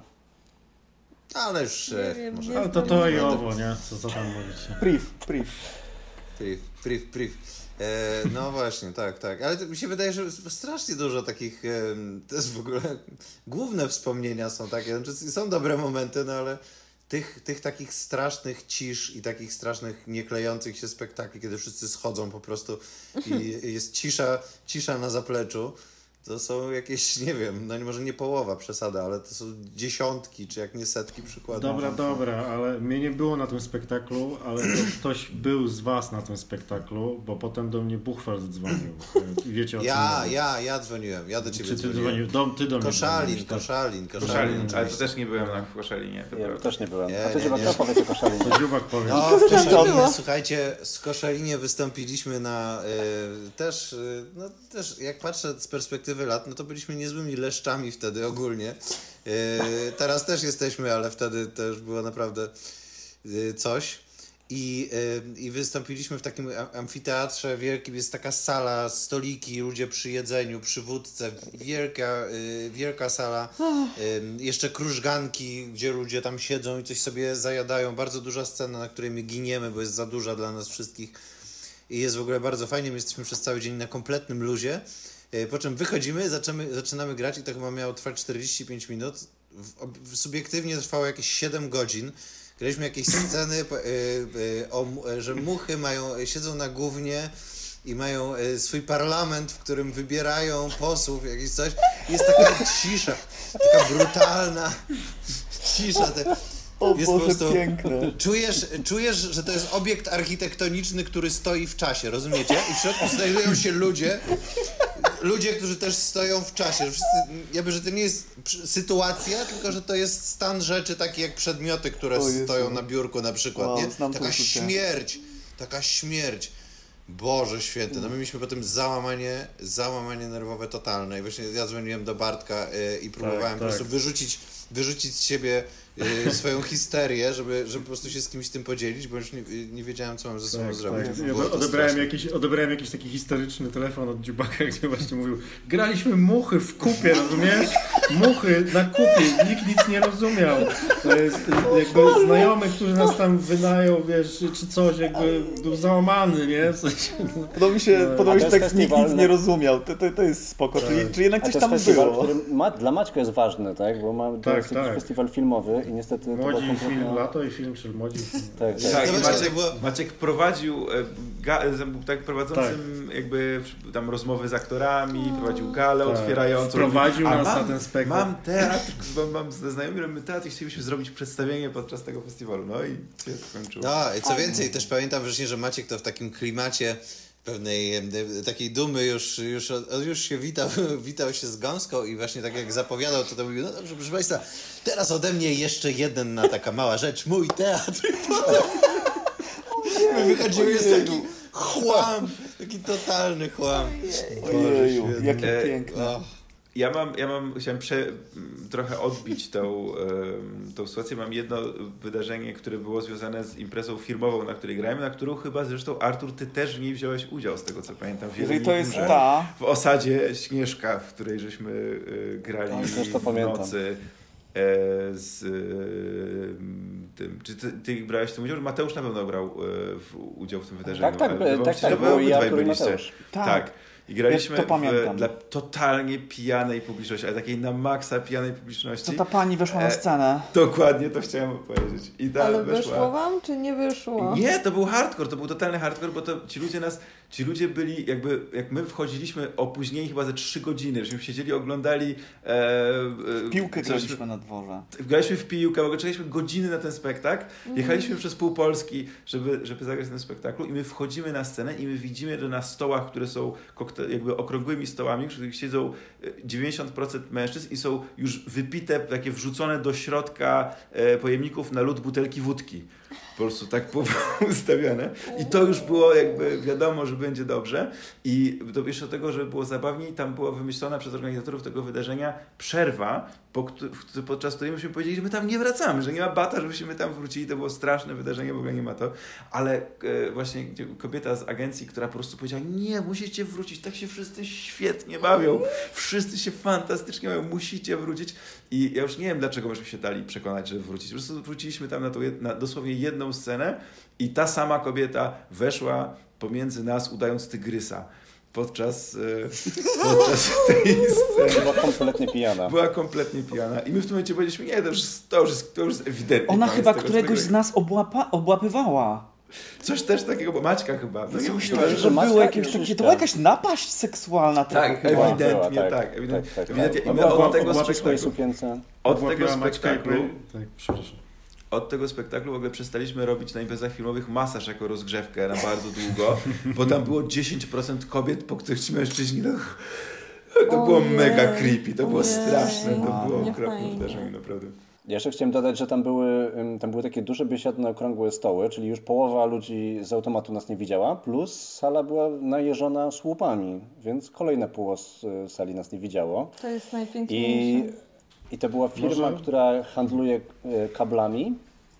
Ale już... Nie wiem, może... nie Ale to to i owo, nie? Co, co tam mówicie? Priv, priv. Priv, priv, priv. E, no właśnie, tak, tak. Ale to mi się wydaje, że strasznie dużo takich, e, to jest w ogóle, główne wspomnienia są takie, znaczy są dobre momenty, no ale tych, tych takich strasznych cisz i takich strasznych nieklejących się spektakli, kiedy wszyscy schodzą po prostu i jest cisza, cisza na zapleczu. To są jakieś, nie wiem, no może nie połowa przesada, ale to są dziesiątki, czy jak nie setki przykładów. Dobra, dobra, ale mnie nie było na tym spektaklu, ale to ktoś był z was na tym spektaklu, bo potem do mnie Buchwald dzwonił. Wiecie o czym Ja, mówię. ja, ja dzwoniłem, ja do ciebie Czy ty dzwoniłem. dzwonił? Do, ty do mnie Koszalin, dzwoniłeś, tak? Koszalin, Koszalin. Koszalin, ale to też nie byłem na Koszalinie. Ja też nie byłem. Nie, A to nie, Dziubak, nie. to powiedz o Koszalinie. To Dziubak powie. No, w Koszalinie, słuchajcie, z Koszalinie wystąpiliśmy na y, też, y, no też jak patrzę z perspektywy lat, no to byliśmy niezłymi leszczami wtedy ogólnie. Y, teraz też jesteśmy, ale wtedy też było naprawdę y, coś. I, y, I wystąpiliśmy w takim amfiteatrze wielkim, jest taka sala, stoliki, ludzie przy jedzeniu, przy wódce, wielka, y, wielka sala, y, jeszcze krużganki, gdzie ludzie tam siedzą i coś sobie zajadają, bardzo duża scena, na której my giniemy, bo jest za duża dla nas wszystkich. i jest w ogóle bardzo fajnie, my jesteśmy przez cały dzień na kompletnym luzie, po czym wychodzimy, zaczynamy, zaczynamy grać i to chyba miało trwać czterdzieści pięć minut, w, w, subiektywnie trwało jakieś siedem godzin, graliśmy jakieś sceny, y, y, o, że muchy mają, siedzą na gównie i mają y, swój parlament, w którym wybierają posłów, jakieś coś, jest taka cisza, taka brutalna cisza, te, O jest Boże, po prostu, piękne. Czujesz, czujesz, że to jest obiekt architektoniczny, który stoi w czasie, rozumiecie? I w środku znajdują się ludzie, ludzie, którzy też stoją w czasie. Wszyscy, jakby, że to nie jest sytuacja, tylko że to jest stan rzeczy taki jak przedmioty, które stoją na biurku na przykład, wow, nie? Taka śmierć, taka śmierć. Boże święty, no my mieliśmy potem załamanie, załamanie nerwowe totalne i właśnie ja dzwoniłem do Bartka y, i próbowałem tak, po prostu tak. wyrzucić, wyrzucić z siebie y, swoją histerię, żeby, żeby po prostu się z kimś tym podzielić, bo już nie, nie wiedziałem, co mam ze sobą tak, zrobić. Tak. Ja odebrałem, jakiś, odebrałem jakiś taki historyczny telefon od Dziubaka, gdzie właśnie mówił, graliśmy muchy w kupie, rozumiesz? Muchy na kupie, nikt nic nie rozumiał. To jest jakby znajomy, który nas tam wynajął, wiesz, czy coś, jakby był załamany, nie? W sensie, no. Podoba mi się, podoba mi się tak, nikt nic nie rozumiał. To, to, to jest spoko, tak. czyli, czyli jednak coś tam festiwal, było. Który ma, dla Maćka jest ważny, tak? Bo ma, to tak, jest jakiś tak. festiwal filmowy i niestety... Młodzi to film kompletna... lato i film, czy młodzi film. Tak, tak. tak tak. Maciek, Maciek prowadził, ga, tak prowadzącym tak. jakby tam rozmowy z aktorami, prowadził galę tak. otwierającą. Wprowadził nas mam, na ten spektakl. Mam teatr, bo mam ze znajomym robimy teatr i chcielibyśmy zrobić przedstawienie podczas tego festiwalu. No i się skończyło. No i co więcej, też pamiętam wreszcie, że Maciek to w takim klimacie pewnej takiej dumy już, już, już się witał, witał się z gąską i właśnie tak jak zapowiadał, to, to mówił, no dobrze, proszę Państwa, teraz ode mnie jeszcze jedna taka mała rzecz, mój teatr. I potem my wychodzimy, jest taki chłam, taki totalny chłam. Ojeju, jakie piękne. Ja mam, ja mam, chciałem prze, trochę odbić tą, tą sytuację. Mam jedno wydarzenie, które było związane z imprezą firmową, na której grałem, na którą chyba zresztą, Artur, ty też w niej wziąłeś udział, z tego co pamiętam. W Jeżeli to jest ta... W osadzie Śnieżka, w której żeśmy grali to w pamiętam. nocy z tym. Czy ty, ty brałeś w tym udział? Mateusz na pewno brał w, udział w tym wydarzeniu. Tak, tak, tak, tak, tak, było i Artur i Mateusz. Tak. tak. I graliśmy ja to pamiętam. W, dla totalnie pijanej publiczności, ale takiej na maksa pijanej publiczności. To ta pani weszła na scenę. E, dokładnie, to chciałem powiedzieć. I ta ale weszła. wyszło wam, czy nie wyszło? Nie, to był hardcore, to był totalny hardcore, bo to ci ludzie nas, ci ludzie byli jakby, jak my wchodziliśmy opóźnieni chyba ze trzy godziny, żeśmy siedzieli, oglądali... E, e, piłkę coś, graliśmy na dworze. Graliśmy w piłkę, bo czekaliśmy godziny na ten spektakl, mm. jechaliśmy przez pół Polski, żeby, żeby zagrać ten spektaklu i my wchodzimy na scenę i my widzimy, że na stołach, które są koktajl, jakby okrągłych stołami, w których siedzą dziewięćdziesiąt procent mężczyzn i są już wypite, takie wrzucone do środka pojemników na lód butelki wódki. Po prostu tak ustawione. I to już było jakby wiadomo, że będzie dobrze. I to jeszcze do tego, żeby było zabawniej, tam była wymyślona przez organizatorów tego wydarzenia przerwa, po, podczas której myśmy powiedzieli, że my tam nie wracamy, że nie ma bata, żebyśmy tam wrócili. To było straszne wydarzenie, w ogóle nie ma to. Ale e, właśnie kobieta z agencji, która po prostu powiedziała, nie, musicie wrócić, tak się wszyscy świetnie bawią. Wszyscy się fantastycznie bawią, musicie wrócić. I ja już nie wiem, dlaczego myśmy się dali przekonać, żeby wrócić. Po prostu wróciliśmy tam na, tą, na dosłownie jedną scenę i ta sama kobieta weszła pomiędzy nas, udając tygrysa. Podczas, podczas tej sceny. Była kompletnie pijana. Była kompletnie pijana. I my w tym momencie powiedzieliśmy, nie, to już, to już, jest, to już jest ewidentnie. Ona chyba któregoś z nas obłapa, obłapywała. Coś też takiego, bo Maćka chyba. No Coś tak, że było jakieś takie, to była jakaś napaść seksualna. Tak, chyba. ewidentnie, była, tak. tak, ewidentnie. tak, tak, ewidentnie. tak. I my No, od tego spektaklu, spektaklu, od tego spektaklu, tak, przepraszam. Od tego spektaklu w ogóle przestaliśmy robić na imprezach filmowych masaż jako rozgrzewkę na bardzo długo, bo tam było dziesięć procent kobiet, po których ci mężczyźni, no, to było Ojej, mega creepy, to było ojej, straszne, to było nie okropne fajnie. wydarzenie, naprawdę. Ja jeszcze chciałem dodać, że tam były, tam były takie duże biesiadne, okrągłe stoły, czyli już połowa ludzi z automatu nas nie widziała, plus sala była najeżona słupami, więc kolejne pół sali nas nie widziało. To jest najpiękniejsze. I, i to była firma, Może... która handluje kablami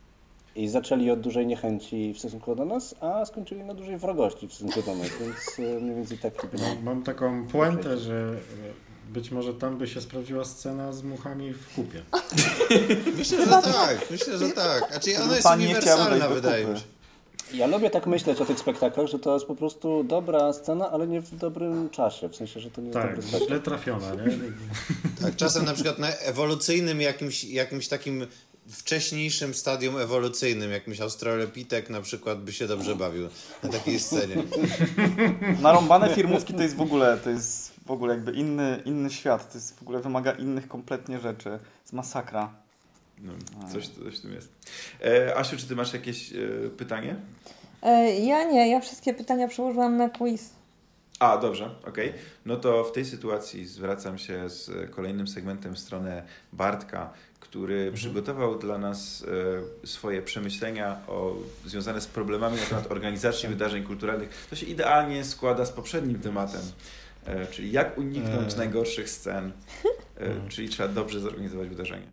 i zaczęli od dużej niechęci w stosunku do nas, a skończyli na dużej wrogości w stosunku do nas, więc mniej więcej tak to było. Mam taką puentę, że być może tam by się sprawdziła scena z muchami w kupie. Myślę, że tak, myślę, że tak. Znaczy ona jest uniwersalna, wydaje mi się. Ja lubię tak myśleć o tych spektaklach, że to jest po prostu dobra scena, ale nie w dobrym czasie. W sensie, że to nie jest tak, dobry spektakl. źle trafiona, nie? Tak, czasem na przykład na ewolucyjnym jakimś, jakimś takim wcześniejszym stadium ewolucyjnym, jakimś australopitek na przykład by się dobrze bawił na takiej scenie. Narąbane firmówki to jest w ogóle, to jest w ogóle jakby inny, inny świat, to jest w ogóle wymaga innych kompletnie rzeczy. To jest masakra. No, coś, coś w tym jest. E, Asiu, czy ty masz jakieś e, pytanie? E, ja nie, ja wszystkie pytania przełożyłam na quiz. A, dobrze, okej. Okay. No to w tej sytuacji zwracam się z kolejnym segmentem w stronę Bartka, który mhm. przygotował dla nas e, swoje przemyślenia o, związane z problemami na temat organizacji wydarzeń kulturalnych. To się idealnie składa z poprzednim tematem, e, czyli jak uniknąć e... najgorszych scen, e, czyli trzeba dobrze zorganizować wydarzenie.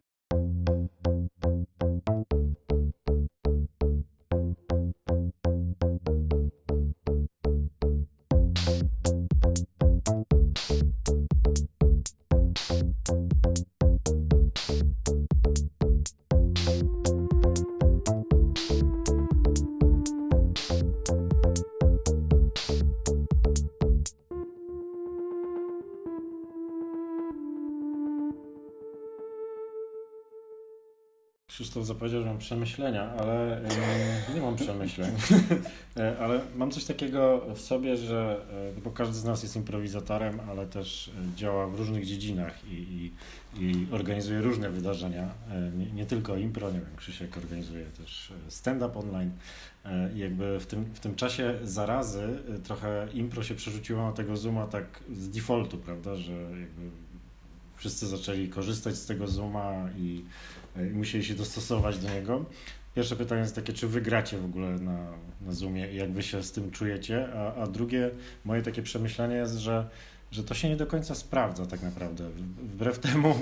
Krzysztof zapowiedział, że mam przemyślenia, ale nie mam przemyśleń. Ale mam coś takiego w sobie, że bo każdy z nas jest improwizatorem, ale też działa w różnych dziedzinach i, i, i organizuje różne wydarzenia. Nie, nie tylko impro, nie wiem, Krzysiek organizuje też stand-up online. I jakby w tym, w tym czasie zarazy trochę impro się przerzuciło na tego Zooma tak z defaultu, prawda, że jakby wszyscy zaczęli korzystać z tego Zooma i i musieli się dostosować do niego. Pierwsze pytanie jest takie, czy wy gracie w ogóle na, na Zoomie i jak wy się z tym czujecie, a, a drugie moje takie przemyślenie jest, że, że to się nie do końca sprawdza tak naprawdę. Wbrew temu,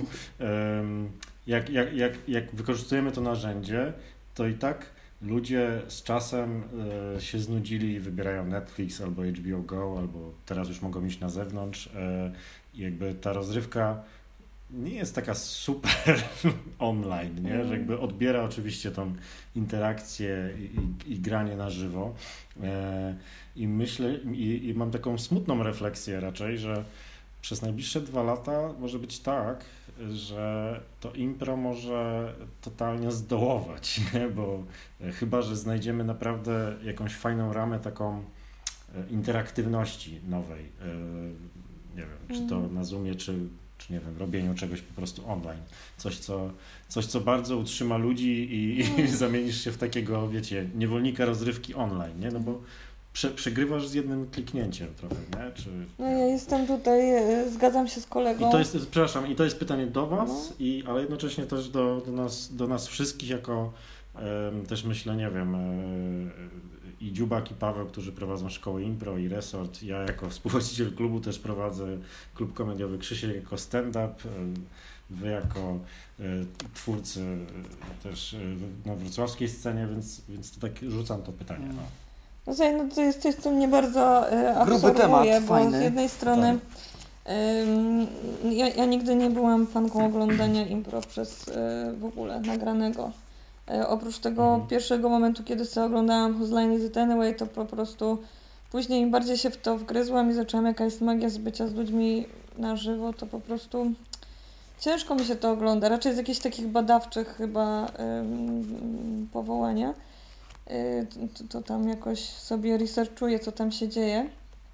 jak, jak, jak, jak wykorzystujemy to narzędzie, to i tak ludzie z czasem się znudzili i wybierają Netflix albo H B O Go, albo teraz już mogą iść na zewnątrz i jakby ta rozrywka nie jest taka super online, nie? Że jakby odbiera oczywiście tą interakcję i, i granie na żywo. E, I myślę, i, i mam taką smutną refleksję raczej, że przez najbliższe dwa lata może być tak, że to impro może totalnie zdołować, nie? Bo chyba, że znajdziemy naprawdę jakąś fajną ramę taką interaktywności nowej. E, nie wiem, czy to na Zoomie, czy czy nie wiem, robieniu czegoś po prostu online. Coś, co, coś, co bardzo utrzyma ludzi i, i zamienisz się w takiego, wiecie, niewolnika rozrywki online, nie? No bo prze, przegrywasz z jednym kliknięciem trochę, nie? Czy, no ja jestem tutaj, zgadzam się z kolegą. I to jest, przepraszam, i to jest pytanie do was, no. i, ale jednocześnie też do, do, nas, do nas wszystkich jako um, też myślę, nie wiem, um, i Dziubak, i Paweł, którzy prowadzą szkołę impro i resort. Ja jako współwłaściciel klubu też prowadzę klub komediowy, Krzysiek jako stand-up, wy jako twórcy też na wrocławskiej scenie, więc, więc to tak rzucam to pytanie. No. No, słuchaj, no to jest coś, co mnie bardzo absorbuje, temat, bo fajny. z jednej strony tak. ym, ja, ja nigdy nie byłam fanką oglądania impro przez y, w ogóle nagranego. E, oprócz tego mhm. pierwszego momentu, kiedy sobie oglądałam Whose Line Is It Anyway, to po prostu później im bardziej się w to wgryzłam i zaczęłam jaka jest magia z bycia z ludźmi na żywo, to po prostu ciężko mi się to ogląda. Raczej z jakichś takich badawczych chyba ym, powołania. Y, to, to tam jakoś sobie researchuję, co tam się dzieje.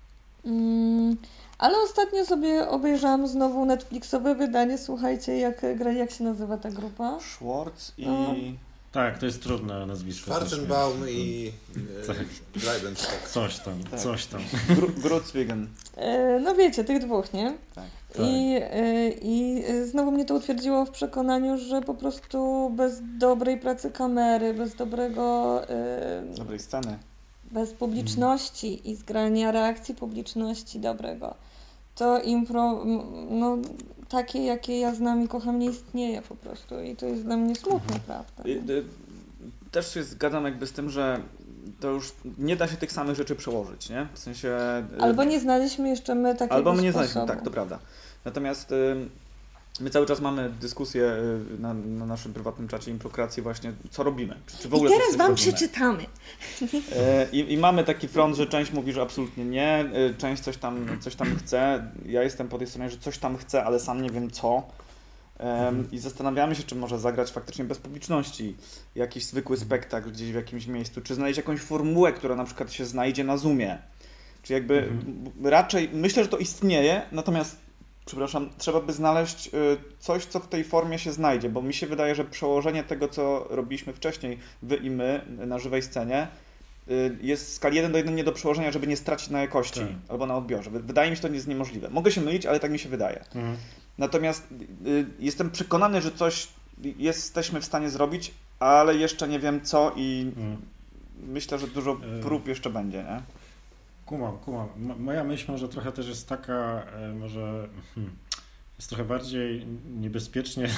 Ym, ale ostatnio sobie obejrzałam znowu Netflixowe wydanie. Słuchajcie, jak, jak się nazywa ta grupa? Schwartz i... No. Tak, to jest trudne nazwisko. Schwarzenbaum i Leibenstock. Coś tam, tak. coś tam. Grotzwegen. No wiecie, tych dwóch, nie? Tak. I, I znowu mnie to utwierdziło w przekonaniu, że po prostu bez dobrej pracy kamery, bez dobrego... Dobrej sceny. Bez publiczności hmm. i zgrania reakcji publiczności dobrego, to impro, no takie jakie ja znam i kocham, nie istnieje po prostu i to jest dla mnie smutne, prawda? Też się zgadzam jakby z tym, że to już nie da się tych samych rzeczy przełożyć, nie? W sensie... Albo nie znaleźliśmy jeszcze my takiego Albo my nie sposobu. znaleźliśmy, tak, to prawda. Natomiast My cały czas mamy dyskusję na, na naszym prywatnym czacie Improkracji właśnie, co robimy. Czy, czy w ogóle I teraz wam robimy. Przeczytamy. I, I mamy taki front, że część mówi, że absolutnie nie, część coś tam, coś tam chce. Ja jestem po tej stronie, że coś tam chcę, ale sam nie wiem co. Um, I zastanawiamy się, czy może zagrać faktycznie bez publiczności jakiś zwykły spektakl gdzieś w jakimś miejscu, czy znaleźć jakąś formułę, która na przykład się znajdzie na Zoomie. Czy jakby mhm. raczej, myślę, że to istnieje, natomiast przepraszam, trzeba by znaleźć coś, co w tej formie się znajdzie, bo mi się wydaje, że przełożenie tego, co robiliśmy wcześniej, wy i my, na żywej scenie, jest w skali jeden do jednego nie do przełożenia, żeby nie stracić na jakości tak. albo na odbiorze. Wydaje mi się, że to jest niemożliwe. Mogę się mylić, ale tak mi się wydaje. Mhm. Natomiast y, jestem przekonany, że coś jesteśmy w stanie zrobić, ale jeszcze nie wiem co i mhm. myślę, że dużo prób jeszcze będzie, nie? Kumam, kumam. Moja myśl może trochę też jest taka, może hmm, jest trochę bardziej niebezpiecznie,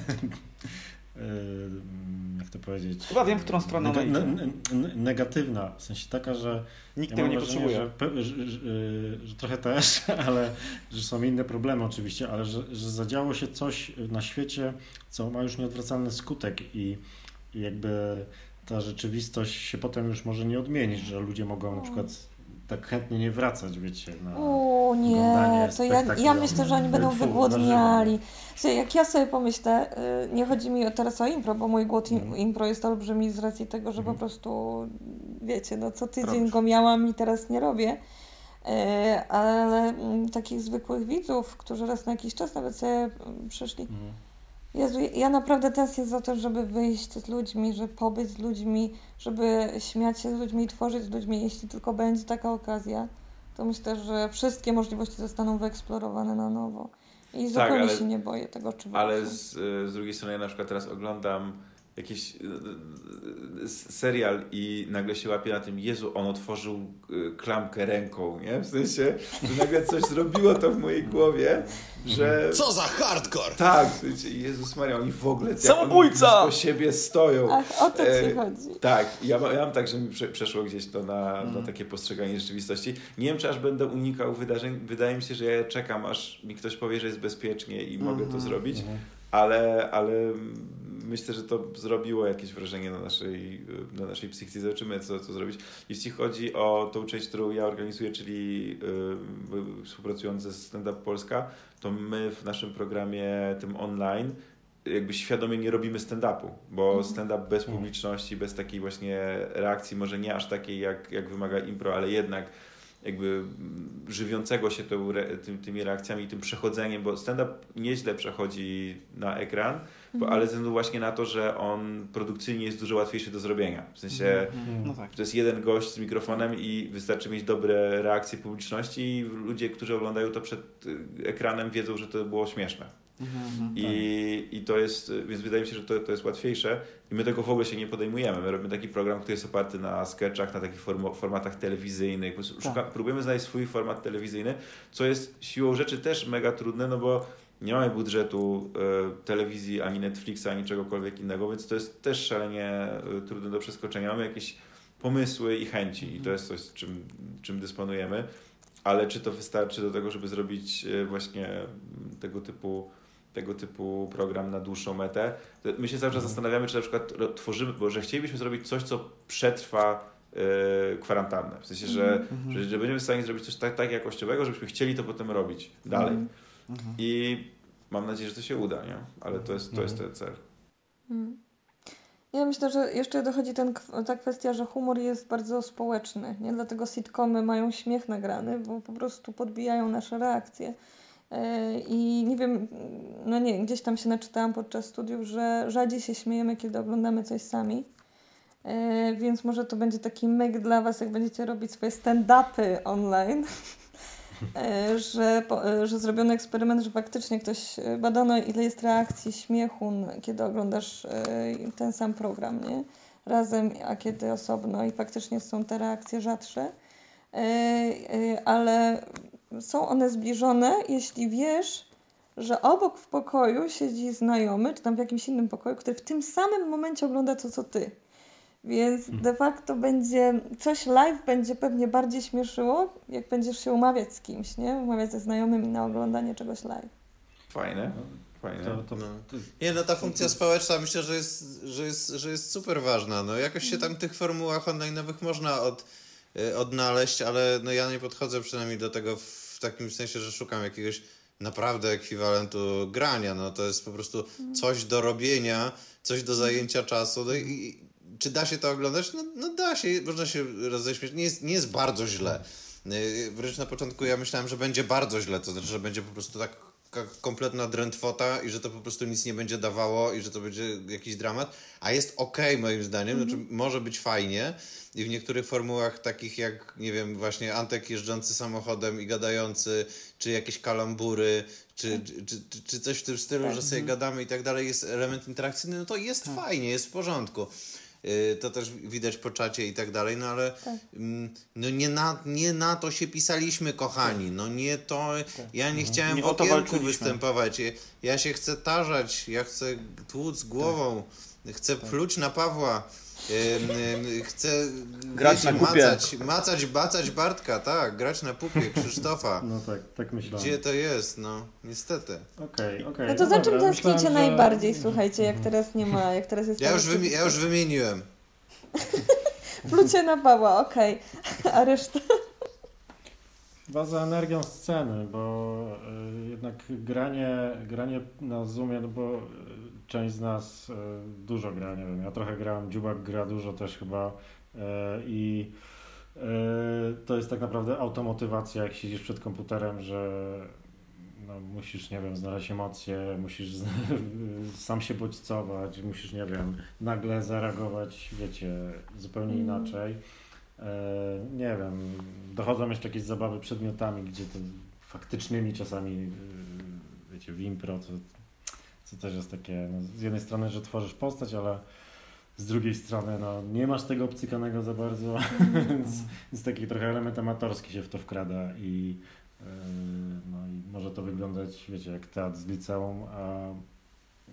jak to powiedzieć? Chyba wiem, w którą stronę ona idzie. Negatywna, w sensie taka, że nikt ja tego nie potrzebuje. Że, że, że, że trochę też, ale że są inne problemy oczywiście, ale że, że zadziało się coś na świecie, co ma już nieodwracalny skutek i, i jakby ta rzeczywistość się potem już może nie odmienić, że ludzie mogą na przykład tak chętnie nie wracać, wiecie, na O nie, to ja, ja myślę, że oni będą wygłodniali. Jak ja sobie pomyślę, nie chodzi mi teraz o impro, bo mój głód impro jest olbrzymi z racji tego, że po prostu, wiecie, no co tydzień Robisz. go miałam i teraz nie robię, ale takich zwykłych widzów, którzy raz na jakiś czas nawet sobie przyszli, mhm. Jezu, ja naprawdę tęsknię za to, żeby wyjść z ludźmi, żeby pobyć z ludźmi, żeby śmiać się z ludźmi i tworzyć z ludźmi. Jeśli tylko będzie taka okazja, to myślę, że wszystkie możliwości zostaną wyeksplorowane na nowo. I zupełnie tak, ale, się nie boję tego, czy Ale z, z drugiej strony ja na przykład teraz oglądam jakiś serial i nagle się łapię na tym, Jezu, on otworzył klamkę ręką, nie? W sensie, że nagle coś zrobiło to w mojej głowie, że... Co za hardcore! Tak, Jezus Maria, oni w ogóle samobójca! Po siebie stoją. Ach, o to ci chodzi. E, tak, ja, ja mam tak, że mi przeszło gdzieś to na, mm. na takie postrzeganie rzeczywistości. Nie wiem, czy aż będę unikał wydarzeń. Wydaje mi się, że ja czekam, aż mi ktoś powie, że jest bezpiecznie i mm. mogę to zrobić, mm. ale, ale myślę, że to zrobiło jakieś wrażenie na naszej, na naszej psychice. Zobaczymy, co, co zrobić. Jeśli chodzi o tą część, którą ja organizuję, czyli yy, współpracując ze Stand Up Polska, to my w naszym programie tym online jakby świadomie nie robimy stand-upu, bo stand-up bez publiczności, bez takiej właśnie reakcji, może nie aż takiej jak, jak wymaga impro, ale jednak jakby żywiącego się tą, tym, tymi reakcjami i tym przechodzeniem, bo stand-up nieźle przechodzi na ekran, mhm. bo, ale ze względu właśnie na to, że on produkcyjnie jest dużo łatwiejszy do zrobienia. W sensie mhm. no tak. to jest jeden gość z mikrofonem i wystarczy mieć dobre reakcje publiczności i ludzie, którzy oglądają to przed ekranem, wiedzą, że to było śmieszne. Mhm, I, tak. I to jest, więc wydaje mi się, że to, to jest łatwiejsze i my tego w ogóle się nie podejmujemy. My robimy taki program, który jest oparty na sketchach, na takich form- formatach telewizyjnych. Szuka, tak. Próbujemy znaleźć swój format telewizyjny, co jest siłą rzeczy też mega trudne, no bo nie mamy budżetu y, telewizji, ani Netflixa, ani czegokolwiek innego, więc to jest też szalenie y, trudne do przeskoczenia. Mamy jakieś pomysły i chęci i to jest coś, czym, czym dysponujemy, ale czy to wystarczy do tego, żeby zrobić y, właśnie tego typu tego typu program na dłuższą metę. My się cały czas zastanawiamy, czy na przykład tworzymy, bo że chcielibyśmy zrobić coś, co przetrwa yy, kwarantannę. W sensie, że, mm-hmm. że, że będziemy w stanie zrobić coś tak, tak jakościowego, żebyśmy chcieli to potem robić dalej. Mm-hmm. I mam nadzieję, że to się uda, nie? Ale to jest, to mm-hmm. jest ten cel. Mm. Ja myślę, że jeszcze dochodzi ten, ta kwestia, że humor jest bardzo społeczny. Nie? Dlatego sitcomy mają śmiech nagrany, bo po prostu podbijają nasze reakcje. I nie wiem, no nie, gdzieś tam się naczytałam podczas studiów, że rzadziej się śmiejemy, kiedy oglądamy coś sami. Więc może to będzie taki myk dla was, jak będziecie robić swoje stand-upy online, że, że zrobiono eksperyment, że faktycznie ktoś badano, ile jest reakcji śmiechu, kiedy oglądasz ten sam program, nie? Razem, a kiedy osobno i faktycznie są te reakcje rzadsze. Ale są one zbliżone, jeśli wiesz, że obok w pokoju siedzi znajomy, czy tam w jakimś innym pokoju, który w tym samym momencie ogląda to, co ty. Więc de facto będzie, coś live będzie pewnie bardziej śmieszyło, jak będziesz się umawiać z kimś, nie? Umawiać ze znajomymi na oglądanie czegoś live. Fajne. fajnie. To, to, no. to, Nie, no ta funkcja społeczna myślę, że jest, że jest, że jest super ważna. No jakoś się tam w tych formułach online'owych można od, y, odnaleźć, ale no ja nie podchodzę przynajmniej do tego w takim sensie, że szukam jakiegoś naprawdę ekwiwalentu grania. No to jest po prostu coś do robienia, coś do zajęcia czasu. No i, i czy da się to oglądać? No, no da się, można się roześmiać. Nie jest, nie jest bardzo źle. Wręcz na początku ja myślałem, że będzie bardzo źle, to znaczy, że będzie po prostu tak kompletna drętwota i że to po prostu nic nie będzie dawało i że to będzie jakiś dramat, a jest okej okay, moim zdaniem, mm-hmm. znaczy może być fajnie i w niektórych formułach takich jak, nie wiem, właśnie Antek jeżdżący samochodem i gadający, czy jakieś kalambury, czy, czy, czy, czy coś w tym stylu, tak, że sobie mm-hmm. gadamy i tak dalej, jest element interakcyjny, no to jest tak. fajnie, jest w porządku. To też widać po czacie i tak dalej, no ale tak. no nie, na, nie na to się pisaliśmy, kochani. No nie to. Tak. Ja nie chciałem nie w okienku występować. Ja, ja się chcę tarzać, ja chcę tłuc głową, tak. chcę tak. pluć na Pawła. Chcę grać wiecie, na pupie. Macać, macać, bacać Bartka, tak, grać na pupie Krzysztofa. No tak, tak myślałem. Gdzie to jest, no, niestety. Okej, okay, okej. Okay. No to no za czym tęsknicie że... najbardziej, słuchajcie, jak teraz nie ma, jak teraz jest... Ja już, wymi- ja już wymieniłem. Plucie na Pawła, okej. Okay. A reszta? Chyba za energią sceny, bo y, jednak granie, granie na Zoomie, no bo część z nas y, dużo gra, nie wiem, ja trochę grałem, Dziubak gra dużo też chyba y, i y, to jest tak naprawdę automotywacja, jak siedzisz przed komputerem, że no, musisz, nie wiem, znaleźć emocje, musisz z, sam się bodźcować, musisz, nie wiem, nagle zareagować, wiecie, zupełnie mm. inaczej. Nie wiem, dochodzą jeszcze jakieś zabawy przedmiotami, gdzie to faktycznymi czasami, wiecie, w impro, to, to też jest takie, no, z jednej strony, że tworzysz postać, ale z drugiej strony, no, nie masz tego obcykanego za bardzo, więc, więc taki trochę element amatorski się w to wkrada i, yy, no, i może to wyglądać, wiecie, jak teatr z liceum, a yy,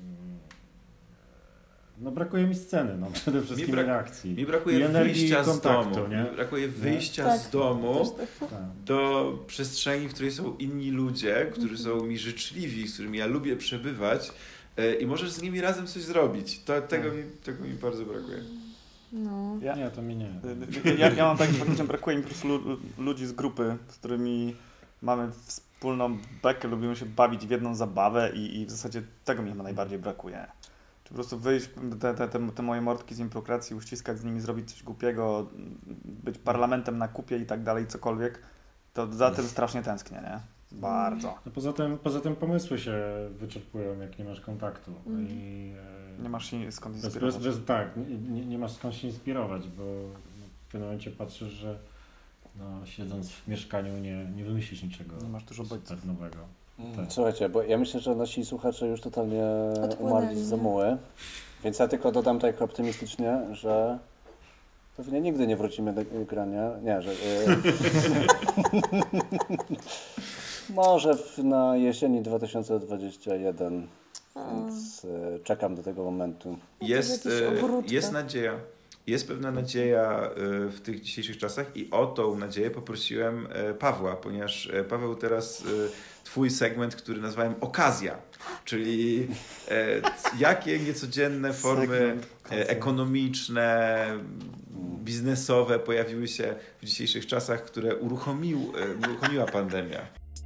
no brakuje mi sceny, no przede wszystkim mi brak- reakcji. Mi brakuje wyjścia z domu. Nie? Mi brakuje wyjścia tak, z domu tak. do przestrzeni, w której są inni ludzie, którzy są mi życzliwi, z którymi ja lubię przebywać yy, i możesz z nimi razem coś zrobić. To, tego, mi, tego mi bardzo brakuje. No. Ja, nie, to mi nie. Ja, ja mam tak, że faktycznie brakuje mi po prostu ludzi z grupy, z którymi mamy wspólną bekę, lubimy się bawić w jedną zabawę i, i w zasadzie tego mi chyba najbardziej brakuje. Czy po prostu wyjść, te, te, te, te moje mordki z improkracji, uściskać z nimi, zrobić coś głupiego, być parlamentem na kupie i tak dalej, cokolwiek, to za tym strasznie tęsknię, nie? Bardzo. No poza tym, poza tym pomysły się wyczerpują, jak nie masz kontaktu. Mm. I, e, nie masz się skąd bez, inspirować. Bez, bez, tak, nie, nie masz skąd się inspirować, bo w pewnym momencie patrzysz, że no, siedząc w mieszkaniu nie, nie wymyślisz niczego nie masz dużo super nowego. Mm. Tak. Słuchajcie, bo ja myślę, że nasi słuchacze już totalnie umarli z zamuły, więc ja tylko dodam tak optymistycznie, że pewnie nigdy nie wrócimy do grania. Nie, że... Może w, na jesieni dwa tysiące dwudziestego pierwszego, więc y, czekam do tego momentu. Jest, jest nadzieja. Jest pewna nadzieja w tych dzisiejszych czasach i o tą nadzieję poprosiłem Pawła, ponieważ Paweł teraz twój segment, który nazwałem Okazja, czyli jakie niecodzienne formy ekonomiczne, biznesowe pojawiły się w dzisiejszych czasach, które uruchomił, uruchomiła pandemia.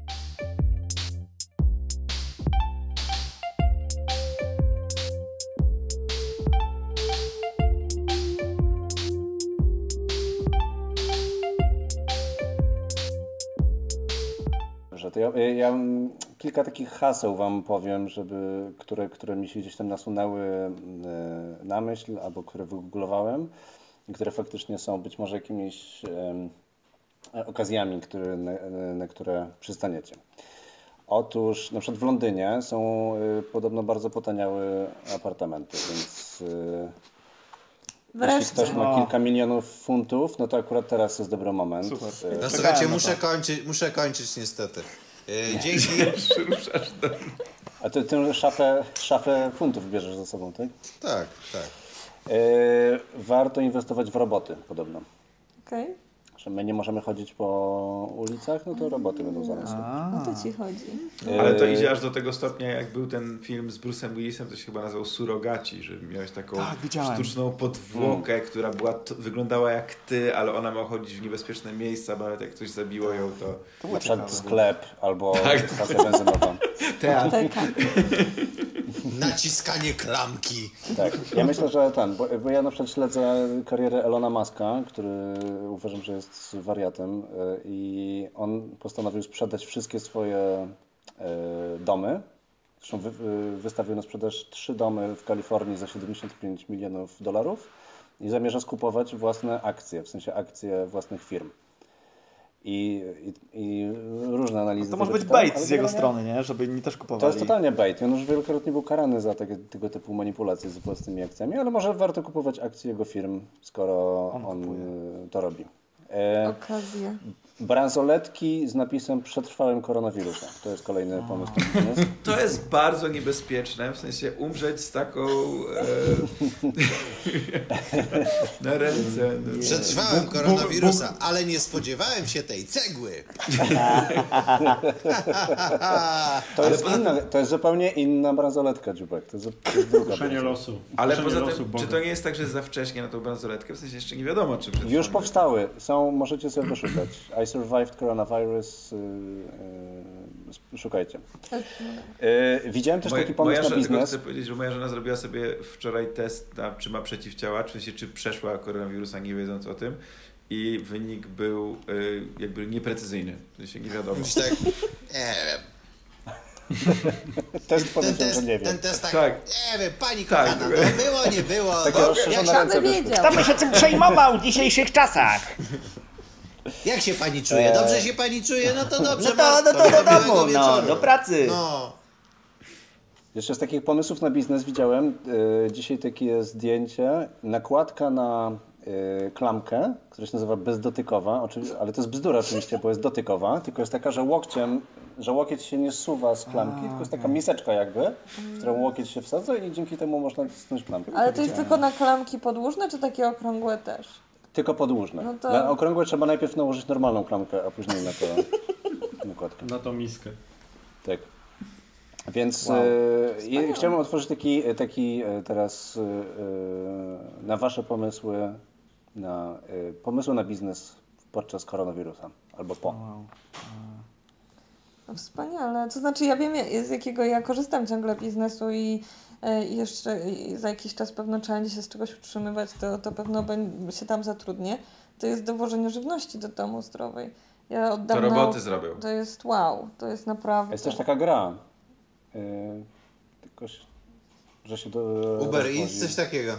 To ja, ja kilka takich haseł wam powiem, żeby, które, które mi się gdzieś tam nasunęły na myśl, albo które wygooglowałem i które faktycznie są być może jakimiś um, okazjami, które, na, na które przystaniecie. Otóż na przykład w Londynie są y, podobno bardzo potaniały apartamenty, więc y, jeśli ktoś ma kilka milionów funtów, no to akurat teraz jest dobry moment. Super. No słuchajcie, muszę kończyć, muszę kończyć niestety. Yy, dzięki. A ty tę szafę, szafę funtów bierzesz ze sobą, tak? Tak, tak. Yy, warto inwestować w roboty podobno. Okej. że my nie możemy chodzić po ulicach, no to roboty będą za nas. O to ci chodzi. Ale to idzie aż do tego stopnia, jak był ten film z Bruce'em Willisem, to się chyba nazywał Surogaci, że miałeś taką tak, sztuczną podwłokę, mm. która była t- wyglądała jak ty, ale ona ma chodzić w niebezpieczne miejsca, bo nawet jak ktoś zabiło ją, to... to na przykład sklep albo stacja benzynowa. Teatr. Naciskanie klamki. Tak, ja myślę, że ten, bo, bo ja na przykład śledzę karierę Elona Muska, który uważam, że jest wariatem i on postanowił sprzedać wszystkie swoje domy. Zresztą wy, wystawił na sprzedaż trzy domy w Kalifornii za siedemdziesiąt pięć milionów dolarów i zamierza skupować własne akcje, w sensie akcje własnych firm. I, i, i różne analizy. To może być bait z jego strony, nie? Żeby inni też kupowali. To jest totalnie bait. On już wielokrotnie był karany za takie, tego typu manipulacje z własnymi akcjami, ale może warto kupować akcje jego firm, skoro on, on to robi. E, Okazja. Bransoletki z napisem przetrwałem koronawirusa. To jest kolejny pomysł. To jest bardzo niebezpieczne, w sensie umrzeć z taką e, na ręce. No. Przetrwałem koronawirusa, ale nie spodziewałem się tej cegły. To jest, inna, to jest zupełnie inna bransoletka, Dziubek. To jest druga Kuszenie losu. Ale Kuszenie poza losu, tym, czy to nie jest tak, że jest za wcześnie na tą bransoletkę? W sensie jeszcze nie wiadomo, czy... Już powstały. Są, możecie sobie wyszukać. I survived coronavirus. Yy, yy, szukajcie. Yy, widziałem też moja, taki pomysł moja na biznes. Chcę powiedzieć, że moja żona zrobiła sobie wczoraj test, na, czy ma przeciwciała, czy, się, czy przeszła koronawirusa, nie wiedząc o tym. I wynik był yy, jakby nieprecyzyjny. W sensie nie wiadomo. Myślę tak, nie wiem. Test ten, test, że nie wiem. ten test tak, tak. nie wiem, pani tak, kochana, no było, nie było. Takie No, jak ręce wiedział. Kto by się tym przejmował w dzisiejszych czasach? Jak się pani czuje? Dobrze się pani czuje? No to dobrze. No to, no to do domu, no, do pracy. No. Jeszcze z takich pomysłów na biznes widziałem yy, dzisiaj takie zdjęcie, nakładka na yy, klamkę, która się nazywa bezdotykowa, oczywiście, ale to jest bzdura oczywiście, bo jest dotykowa, tylko jest taka, że łokciem, że łokieć się nie zsuwa z klamki, A, tylko jest taka miseczka jakby, w którą łokieć się wsadza i dzięki temu można nacisnąć klamkę. Ale to jest tylko na klamki podłużne, czy takie okrągłe też? Tylko podłużne. No to... Na okrągłe trzeba najpierw nałożyć normalną klamkę, a później na to nakładkę. Na tą miskę. Tak. Więc wow. e, chciałbym otworzyć taki, taki teraz e, na wasze pomysły, na e, pomysły na biznes podczas koronawirusa albo po. Wow. No wspaniale. To znaczy ja wiem, z jakiego ja korzystam ciągle biznesu i i jeszcze za jakiś czas pewno trzeba będzie się z czegoś utrzymywać, to, to pewno się tam zatrudnię. To jest dowożenie żywności do domu zdrowej. Ja od dawna, to roboty zrobią. To jest wow, to jest naprawdę... Jest też taka gra. Yy, tylko, że się do... Uber Eats, coś takiego.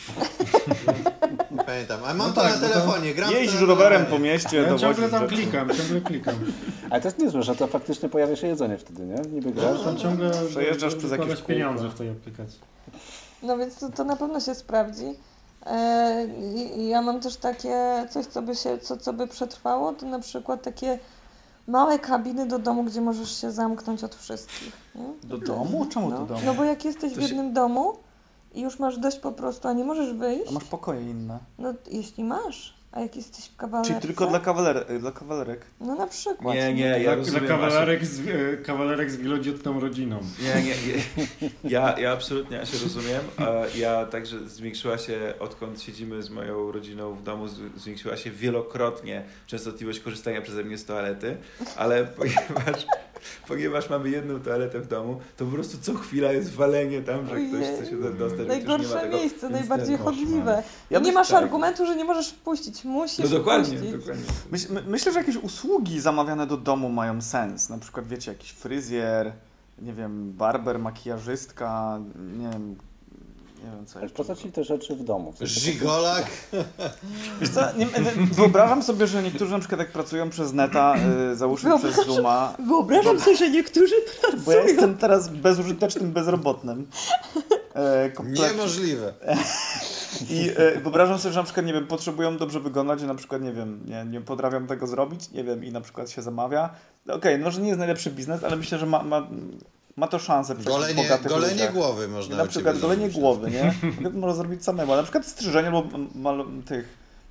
Nie pamiętam, ale mam no to tak, na telefonie. Gram jeździsz rowerem po mieście. Ja ciągle tam klikam, ciągle klikam. Ale to jest niezłe, że to faktycznie pojawia się jedzenie wtedy, nie? Niby grasz. No, tam ciągle przejeżdżasz przez jakieś pieniądze w tej aplikacji. No więc to, to na pewno się sprawdzi. E, ja mam też takie coś, co by się, co, co by przetrwało, to na przykład takie małe kabiny do domu, gdzie możesz się zamknąć od wszystkich. Nie? Do domu? Czemu no. do domu? No bo jak jesteś to w jednym się... domu i już masz dość po prostu, a nie możesz wyjść. A masz pokoje inne. No jeśli masz. A jak jesteś w kawalerce? Czyli tylko dla, kawaler dla kawalerek? No na przykład. Nie, nie, ja dla, rozumiem. Dla kawalerek z, kawalerek z wielodzietną rodziną. Nie, nie, nie. Ja, ja absolutnie ja się rozumiem. Ja także zwiększyła się, odkąd siedzimy z moją rodziną w domu, zwiększyła się wielokrotnie częstotliwość korzystania przeze mnie z toalety, ale ponieważ, ponieważ mamy jedną toaletę w domu, to po prostu co chwila jest walenie tam, że ktoś chce się dostać. Najgorsze nie ma tego miejsce, najbardziej chodliwe. Ja nie masz tak. argumentu, że nie możesz wpuścić. Musisz no dokładnie, wpuścić. dokładnie. Myśl, my, myślę, że jakieś usługi zamawiane do domu mają sens. Na przykład, wiecie, jakiś fryzjer, nie wiem, barber, makijażystka, nie wiem, nie wiem co jeszcze. W postaci te rzeczy w domu. W sensie Żigolak. Wiesz co, nie, wyobrażam sobie, że niektórzy na przykład jak pracują przez neta, yy, załóżmy Wyobrażam, przez Zooma. Wyobrażam bo, sobie, że niektórzy pracują. Bo ja jestem teraz bezużytecznym bezrobotnym. Yy, Niemożliwe. I e, wyobrażam sobie, że na przykład, nie wiem, potrzebują dobrze wyglądać, że na przykład, nie wiem, nie, nie potrafią tego zrobić, nie wiem, i na przykład się zamawia. Okej, okay, może nie jest najlepszy biznes, ale myślę, że ma, ma, ma to szansę. Golenie, golenie głowy można. Na przykład golenie głowy, nie? Można zrobić samemu, a na przykład strzyżenie albo mal, tych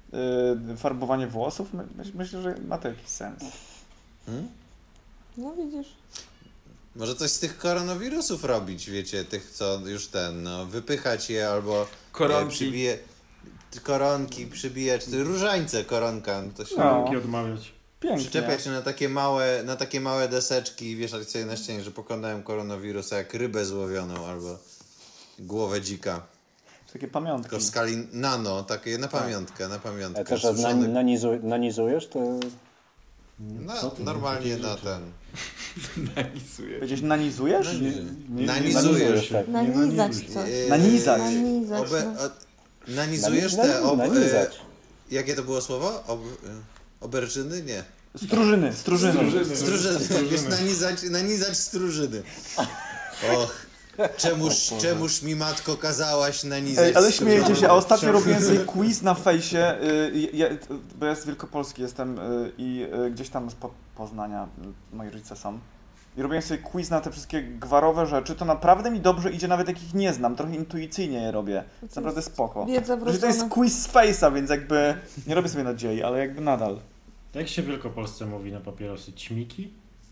yy, farbowanie włosów, my, myślę, że ma to jakiś sens. Hmm? No widzisz. Może coś z tych koronawirusów robić, wiecie, tych co już ten, no, wypychać je albo Koronki. E, przybije, koronki przybijać, to różańce koronka, to się Koronki no. odmawiać. Pięknie. Przyczepiać się na takie małe, na takie małe deseczki i wieszać sobie na ścianie, że pokonałem koronawirusa jak rybę złowioną albo głowę dzika. Takie pamiątki. Tylko w skali nano, takie na pamiątkę, na pamiątkę. A też jak Suszony... nanizu, nanizujesz, to... No, normalnie na ten. Nanizujesz. Powiedzieć nanizujesz? Nie, nie, nanizujesz. Tak. Nanizać coś. Yy, Nanizać. Nanizać. Obe, no. o, nanizujesz Nani- te... Ob, nanizać. e, jakie to było słowo? Ob, oberżyny? Nie. Strużyny, strużyny. Strużyny. Strużyny. Wiesz, nanizać, nanizać strużyny. Och. Czemuż, czemuż mi matko kazałaś nanizać Ej, ale śmiejecie strużyny? się, a ostatnio robiłem sobie quiz na fejsie, y, ja, bo ja z Wielkopolski jestem y, i y, gdzieś tam spod Poznania y, moi rodzice są. I robiłem sobie quiz na te wszystkie gwarowe rzeczy, to naprawdę mi dobrze idzie, nawet jak ich nie znam, trochę intuicyjnie je robię. To jest naprawdę spoko. Wiedza Że to jest quiz z fejsa, więc jakby nie robię sobie nadziei, ale jakby nadal. Jak się w Wielkopolsce mówi na papierosy? Ćmiki?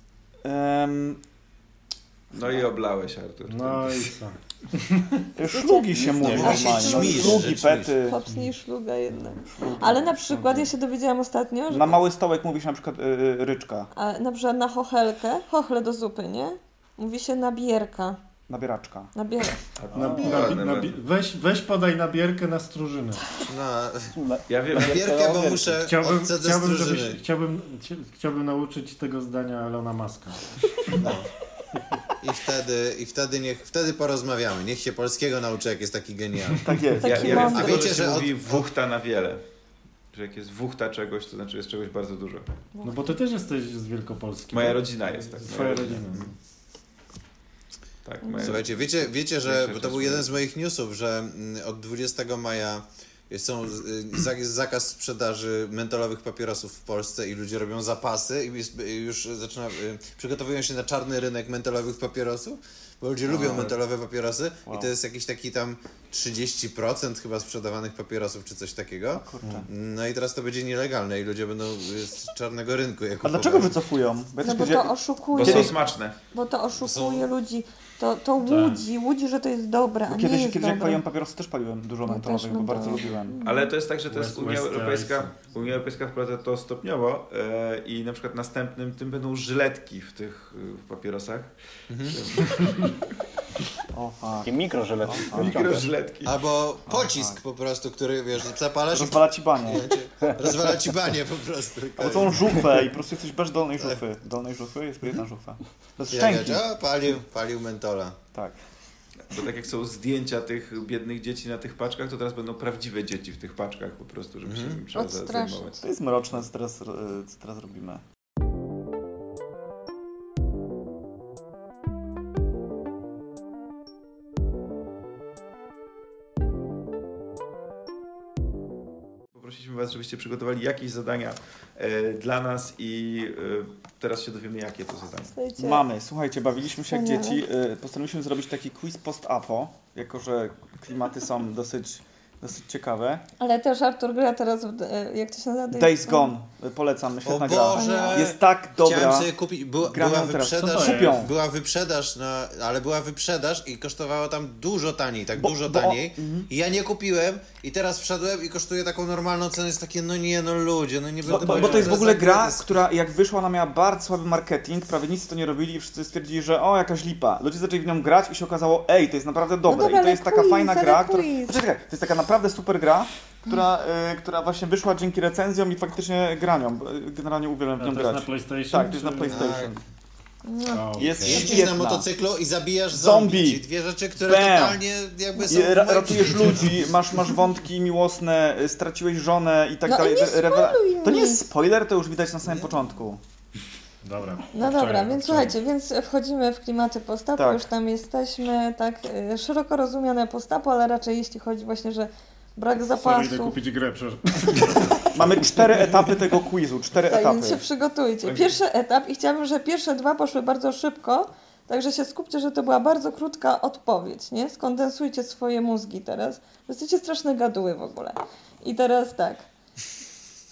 Um, No i oblałeś, Artur. No i co? Szlugi się mówi Nie, normalnie, no, śmisz, szlugi, śmisz. pety. Popsnij szluga jednak. Ale na przykład ja się dowiedziałam ostatnio, że Na mały stołek mówi się na przykład y, y, ryczka, a na przykład na chochelkę, chochle do zupy, nie? Mówi się nabierka. nabieraczka. Nabiera. Na, na, na, na, weź, weź podaj nabierkę na strużynę. No, Ja wiem, nabierkę, bo muszę Chciałbym, odcedzę chciałbym, strużyny. żebyś, chciałbym, chciałbym nauczyć tego zdania Elona Muska. No. I wtedy, i wtedy niech, wtedy porozmawiamy. Niech się polskiego nauczy, jak jest taki genialny. Tak jest. ja, Taki ja wiem, mądry. a A wiecie, wiecie, że że od- mówi wuchta na wiele. Że jak jest wuchta czegoś, to znaczy jest czegoś bardzo dużo. No bo ty też jesteś z Wielkopolski. Moja rodzina jest tak. Twoja rodzina. Tak, moja... Słuchajcie, wiecie, wiecie, że Większość bo to był jest jeden z moich newsów, że mm, od dwudziestego maja są, y, za- jest zakaz sprzedaży mentolowych papierosów w Polsce i ludzie robią zapasy i jest- y, już zaczyna, y, przygotowują się na czarny rynek mentolowych papierosów, bo ludzie lubią mentolowe papierosy Wow. i to jest jakieś taki tam trzydzieści procent chyba sprzedawanych papierosów czy coś takiego. Kurczę. No i teraz to będzie nielegalne i ludzie będą y, z czarnego rynku je A kupować. dlaczego wycofują? Bo ja No też bo wiedziałem- to oszukuje. Bo są smaczne. Bo to oszukuje ludzi. To, to łudzi, łudzi, że to jest dobre, a Bo nie kiedyś, jest kiedyś jak dobre. paliłem papierosy, też paliłem dużo No mentolowych, też bo bardzo mentolowe. lubiłem. Ale to jest tak, że to jest West- Unia West Europejska. Ice. Unia Europejska wprowadza to stopniowo e, i na przykład następnym tym będą żyletki w tych y, w papierosach. O fuck. Takie mikrożyletki. Mikrożyletki. Albo pocisk po prostu, który wiesz, zapalasz i Rozwala ci banie. rozwala ci banie po prostu. Albo tą żuchwę i po prostu jesteś bez dolnej żuchwy. Dolnej żuchwy jest jedna żuchwa. Bez Jak szczęki. ja, o, palił, palił mentola. Tak. Bo tak jak są zdjęcia tych biednych dzieci na tych paczkach, to teraz będą prawdziwe dzieci w tych paczkach po prostu, żeby się nim trzeba za- Odstraszyć. zajmować. To jest mroczne, co teraz, e, co teraz robimy. Poprosiliśmy Was, żebyście przygotowali jakieś zadania e, dla nas i e, teraz się dowiemy, jakie to zadania. Słuchajcie, Mamy, słuchajcie, bawiliśmy się jak Wspaniale. dzieci. e, Postanowiliśmy zrobić taki quiz post-apo, jako że klimaty są dosyć, dosyć ciekawe. ale też Artur gra teraz, w, e, jak to się nazywa? Days Gone, e, polecam, świetna O gra. Boże! Jest tak dobra. Chciałem sobie kupić, była, Gram była ją teraz. Co wyprzedaż, to jest? była wyprzedaż, na, ale była wyprzedaż i kosztowała tam dużo taniej, tak Bo- dużo bo- taniej. mhm. I ja nie kupiłem i teraz wszedłem i kosztuje taką normalną cenę, jest takie, no nie, no ludzie, no nie Bo, będę bo, bo powiedział, to jest że w ogóle za gra, gratis. która jak wyszła, ona miała bardzo słaby marketing, prawie nic to nie robili i wszyscy stwierdzili, że o, jakaś lipa. Ludzie zaczęli w nią grać i się okazało, ej, to jest naprawdę dobre. dobra, I to ale jest taka quiz, fajna ale gra, która... quiz. Poczekaj, to jest taka naprawdę super gra, która, y, która właśnie wyszła dzięki recenzjom i faktycznie graniom. Generalnie uwielbiam w A nią to jest grać. na PlayStation? Tak, to jest na czy- PlayStation. No. A, Jest okej. Jeździsz świetna. na motocyklu i zabijasz Zombie. zombie, czyli dwie rzeczy, które Bam. totalnie jakby są I w ra- moim ratujesz życiu. ludzi, masz, masz wątki miłosne, y, straciłeś żonę i tak No i dalej. nie To- rewela- spoiluj To nie mi. jest spoiler, to już widać na samym początku. Dobra. No dobra, Obczaję, więc obczaję. słuchajcie, więc wchodzimy w klimaty postapu, Tak. już tam jesteśmy, tak, y, szeroko rozumiane postapu, ale raczej jeśli chodzi właśnie, że brak Sorry, idę zapasów. kupić grę, przepraszam. Mamy cztery etapy tego quizu, cztery Tak, etapy. więc się przygotujcie. Tak. Pierwszy etap i chciałabym, że pierwsze dwa poszły bardzo szybko, także się skupcie, że to była bardzo krótka odpowiedź, nie? Skondensujcie swoje mózgi teraz. Jesteście straszne gaduły w ogóle. I teraz tak.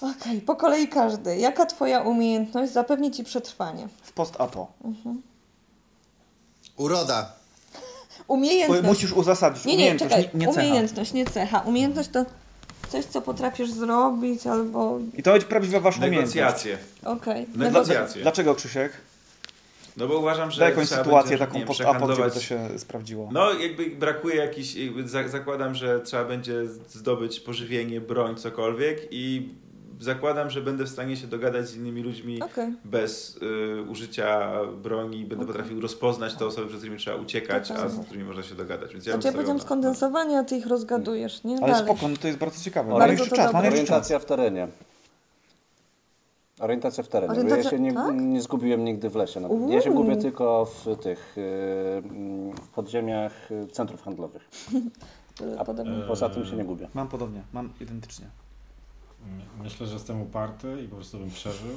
Okej, okay, po kolei każdy. Jaka twoja umiejętność zapewni ci przetrwanie? W post-apo. Mhm. Uroda. Umiejętność. Bo musisz uzasadnić. Nie, nie, umiejętność, czekaj. nie, nie umiejętność, cecha. nie cecha. Umiejętność to coś, co potrafisz zrobić albo... I to będzie prawdziwa wasza umiejętność. Negocjacje. Okej. Okay. Negocjacje. Dlaczego, Krzysiek? No bo uważam, że Daj jakąś trzeba sytuację będzie, taką nie, post-apo, gdzie by to się sprawdziło. No jakby brakuje jakiś, jakby zakładam, że trzeba będzie zdobyć pożywienie, broń, cokolwiek i zakładam, że będę w stanie się dogadać z innymi ludźmi okay. bez y, użycia broni, będę okay. potrafił rozpoznać te osoby, przed którymi trzeba uciekać, okay. a z którymi można się dogadać. Więc ja znaczy ja powiedziałam skondensowanie, a ty ich rozgadujesz, nie? Ale dalej. spoko, no to jest bardzo ciekawe. Bardzo mamy jeszcze czas, mamy jeszcze Orientacja czas. w terenie. Orientacja w terenie, Orientacja, bo ja się nie, tak? nie zgubiłem nigdy w lesie. Uuu. Ja się gubię tylko w tych yy, podziemiach centrów handlowych. A poza tym się nie gubię. Mam podobnie, mam identycznie. Myślę, że jestem uparty i po prostu bym przeżył.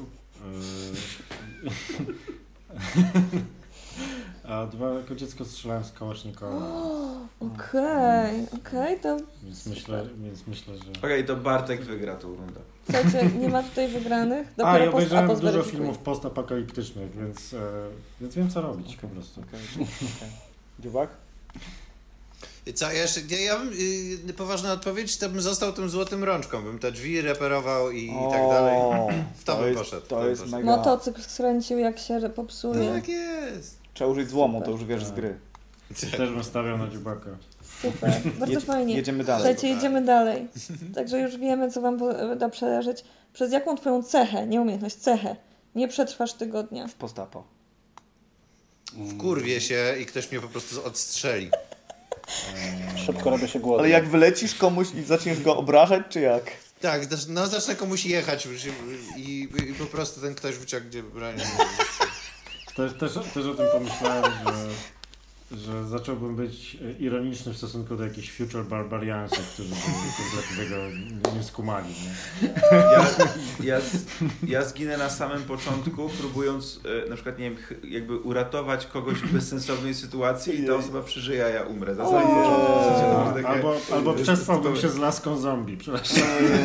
A dwa, jako dziecko strzelałem z kałasznikowa. Okej, okej, to... Więc myślę, więc myślę, że... Okej, okay, to Bartek wygra tą rundę. Słuchajcie, nie ma tutaj wygranych. Dopiero A, ja obejrzałem dużo weryfikuj. filmów postapokaliptycznych, więc, e, więc wiem, co robić okay. po prostu. Okay. Okay. Dziubak? Co, ja jeszcze, ja, ja bym, yy, poważna odpowiedź, to bym został tym złotym rączką, bym te drzwi reperował i, o, i tak dalej. W to, to bym jest, poszedł. To jest poszedł. mega... Motocykl skręcił, jak się popsuje. Tak jest. Trzeba użyć złomu, to już wiesz z gry. Też bym stawiał na dziubaka. Super, bardzo Je, fajnie. Jedziemy dalej. Słuchajcie, jedziemy dalej. Także już wiemy, co wam da przeżyć. Przez jaką twoją cechę, nie umiejętność, cechę, nie przetrwasz tygodnia? W postapo. Wkurwię się i ktoś mnie po prostu odstrzeli. Szybko robię się głodny. Ale jak wylecisz komuś i zaczniesz go obrażać, czy jak? Tak, no zacznę komuś jechać i, i, i po prostu ten ktoś wyciągnie broń. Też, też, też o tym pomyślałem, że, że zacząłbym być ironiczny w stosunku do jakichś future barbariansów, którzy by kompletnie tego nie skumali. Nie? Ja, ja, ja zginę na samym początku, próbując na przykład, nie wiem, jakby uratować kogoś w bezsensownej sytuacji i ta osoba przeżyje, a ja umrę. Na samym początku. Takie, albo albo przespałbym się z laską zombie, przepraszam.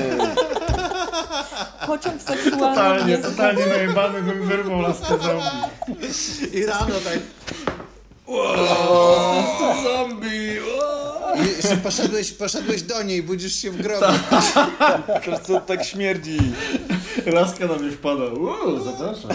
Pociąg seksualny. Totalnie, totalnie najebany bym wyrwał laskę zombie. I rano tak... To zombie! I jeszcze poszedłeś, poszedłeś do niej, budzisz się w grobie. To co tak śmierdzi. Laska na mnie wpada. Uuu, zapraszam.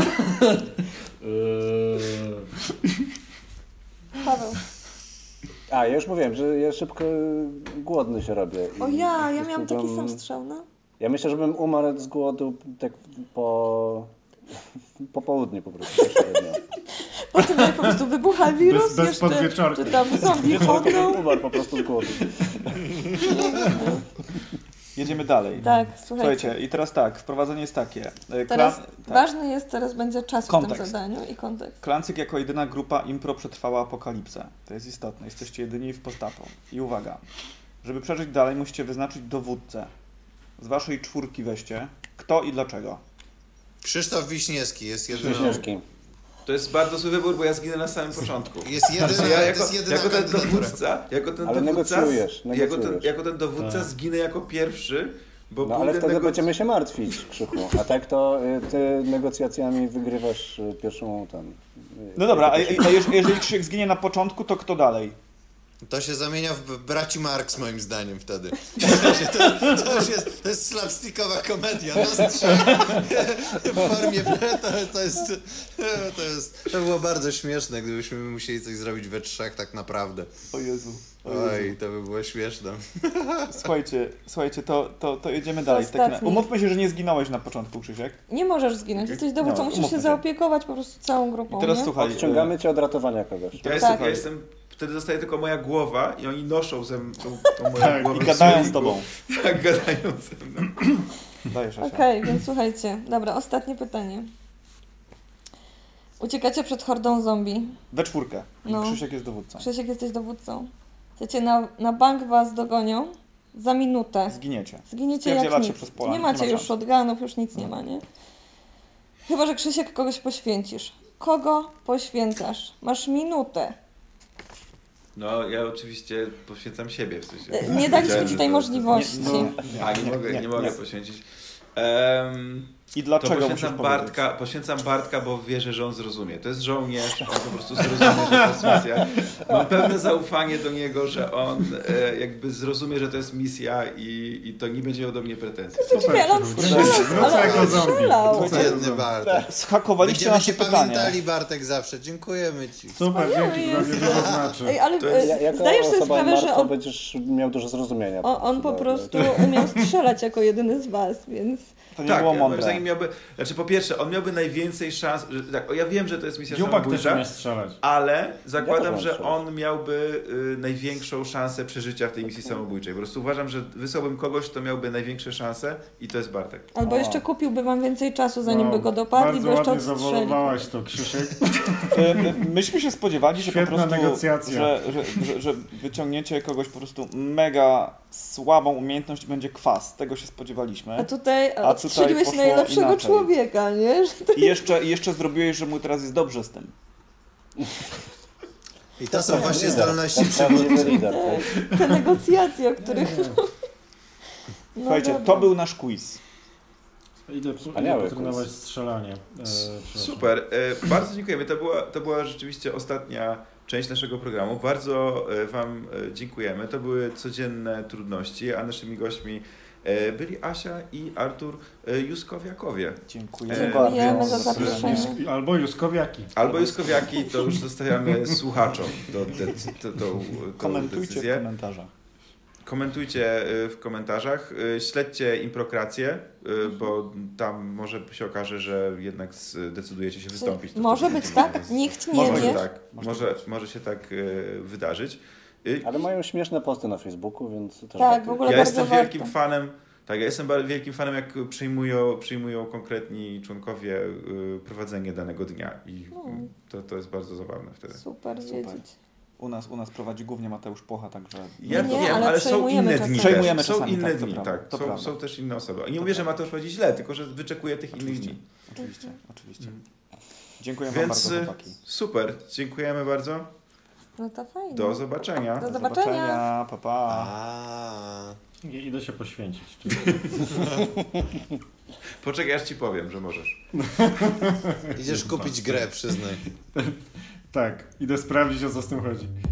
Paweł. A, ja już mówiłem, że ja szybko głodny się robię. O ja, ja miałam taki sam strzał, no. Ja myślę, żebym umarł z głodu tak po... po południu po prostu. Po tym jak po prostu wybucha wirus, bez, bez jeszcze, podwieczorku. czy tam zombie chodną. Umarł po prostu z głodu. Jedziemy dalej. Tak, słuchajcie. Słuchajcie, i teraz tak, wprowadzenie jest takie. Teraz Klan, tak. ważny jest, teraz będzie czas kontekst. w tym zadaniu i kontekst. Klancyk jako jedyna grupa impro przetrwała apokalipsę. To jest istotne, jesteście jedyni w postapo. I uwaga, żeby przeżyć dalej, musicie wyznaczyć dowódcę. Z waszej czwórki weźcie, kto i dlaczego. Krzysztof Wiśniewski jest jedyną... Wiśniewski. To jest bardzo zły wybór, bo ja zginę na samym początku. Jest jedyna, ja to jako, jest jedyna jako ten kandydatura. dowódca, jako ten Ale dowódca, negocjujesz, jako ten, negocjujesz. jako ten dowódca tak. zginę jako pierwszy, bo No ale wtedy negoc... będziemy się martwić, Krzychu. A tak to ty negocjacjami wygrywasz pierwszą tam... No dobra, a, a jeżeli Krzysiek zginie na początku, to kto dalej? To się zamienia w braci Marx moim zdaniem wtedy. To, to już jest, to jest slapstickowa komedia. No strzał, w formie, to, to jest, to jest, to było bardzo śmieszne, gdybyśmy musieli coś zrobić we trzech tak naprawdę. O Jezu. O Jezu. Oj, to by było śmieszne. Słuchajcie, słuchajcie, to, to, to jedziemy dalej. Tak, umówmy się, że nie zginąłeś na początku, Krzysiek. Nie możesz zginąć, jesteś dowódcą, No, musisz się zaopiekować po prostu całą grupą. I teraz nie? słuchaj. Odciągamy cię od ratowania kogoś. Ja jestem, Tak. ja jestem, wtedy zostaje tylko moja głowa i oni noszą ze mną tą, tą moją Tak, głowę. i gadają z tobą. Tak, gadają ze mną. Dajesz, Asia. Okej, okay, więc słuchajcie. Dobra, ostatnie pytanie. Uciekacie przed hordą zombie. We czwórkę. No. Krzysiek jest dowódcą. Krzysiek, jesteś dowódcą. Chcecie na, na bank was dogonią za minutę. Zginiecie. Zginiecie jak nic. Przez pola. Nie macie nie już ma shotgunów, już nic nie ma, nie? Chyba że Krzysiek kogoś poświęcisz. Kogo poświęcasz? Masz minutę. No, ja oczywiście poświęcam siebie w sensie. Nie daliśmy ci tej możliwości. Nie, no, A, nie, nie, mogę, nie, nie, mogę nie. poświęcić. Um, I dlaczego to poświęcam Bartka, poświęcam Bartka, bo wierzę, że on zrozumie. To jest żołnierz, on po prostu zrozumie, że to jest misja. Mam pełne zaufanie do niego, że on e, jakby zrozumie, że to jest misja i, i to nie będzie ode mnie pretensji. Super, ale on strzelał. Biedny Bartek. Schakowaliście Będziemy nasze cię pytanie. pamiętali, Bartek, zawsze. Dziękujemy ci. Super, dzięki, to wiele znaczy. Ej, ale jest, jako zdajesz sobie sprawę, że on, będziesz miał dużo zrozumienia. on, on po prostu umiał strzelać jako jedyny z was, więc... To nie tak, było moim mądre. zdaniem miałby, znaczy po pierwsze, on miałby najwięcej szans, że, tak, ja wiem, że to jest misja Dziubak też samobójcza, umie strzelać. ale zakładam, Ja że strzelać. on miałby y, największą szansę przeżycia w tej misji samobójczej. Po prostu uważam, że wysłałbym kogoś, kto miałby największe szanse i to jest Bartek. Albo O. jeszcze kupiłby wam więcej czasu, zanim Wow, by go dopadli, bardzo bo jeszcze ładnie odstrzeli. zawolowałaś to, Krzysiek. E, my- Myśmy się spodziewali, że po Świetna prostu, negocjacja. że, że, że, że wyciągniecie kogoś po prostu mega słabą umiejętność i będzie kwas. Tego się spodziewaliśmy. A tutaj A odstrzeliłeś tutaj poszło najlepszego inaczej. człowieka, nie? Że to I jeszcze, i jeszcze zrobiłeś, że mu teraz jest dobrze z tym. I to są właśnie lider, zdolności to prawdziwy przywódcy. lider, tak. te negocjacje, o których... No Słuchajcie, dobra. to był nasz quiz. Idę, Wspaniały idę potrenować kurs. strzelanie. E, przepraszam. Super, e, bardzo dziękujemy. To była, to była rzeczywiście ostatnia część naszego programu. Bardzo e, Wam e, dziękujemy. To były codzienne trudności, a naszymi gośćmi e, byli Asia i Artur e, Juskowiakowie. Dziękuję. E, Dziękujemy za więc- zaproszenie. Jusk- Albo Juskowiaki. Albo Juskowiaki, to już zostawiamy słuchaczom do, decy- to, tą, tą Komentujcie w decyzję. komentarzach. Komentujcie y, w komentarzach, y, śledźcie improkrację, y, bo tam może się okaże, że jednak zdecydujecie się wystąpić. To Może wtedy być będziemy tak, was- nikt nie może wie. Tak, Może może, być. może się tak y, wydarzyć. Y, Ale mają śmieszne posty na Facebooku, więc też Tak, warto- w ogóle ja bardzo jestem warto. wielkim fanem, tak, ja jestem bardzo wielkim fanem, jak przyjmują, przyjmują konkretni członkowie y, prowadzenie danego dnia i Mm. to, to jest bardzo zabawne wtedy. Super wiedzieć. U nas, u nas prowadzi głównie Mateusz Płocha, także... Ja Nie, wiem, ale ale, są przejmujemy inne czasami. dni Przejmujemy też. Są czasami, inne tak, to dni, prawda, tak. to Są, prawda. są też inne osoby. I nie To mówię, że prawda. Mateusz prowadzi źle, tylko że wyczekuje tych innych Oczywiście, dni. oczywiście, oczywiście. Mm. Dziękuję Wam Więc bardzo, y, chłopaki. super, dziękujemy bardzo. No to fajnie. Do zobaczenia. Do zobaczenia. Pa, pa. A. I- Idę się poświęcić. Poczekaj, aż ci powiem, że możesz. Idziesz kupić grę, przyznaj. Tak, idę sprawdzić, o co z tym chodzi.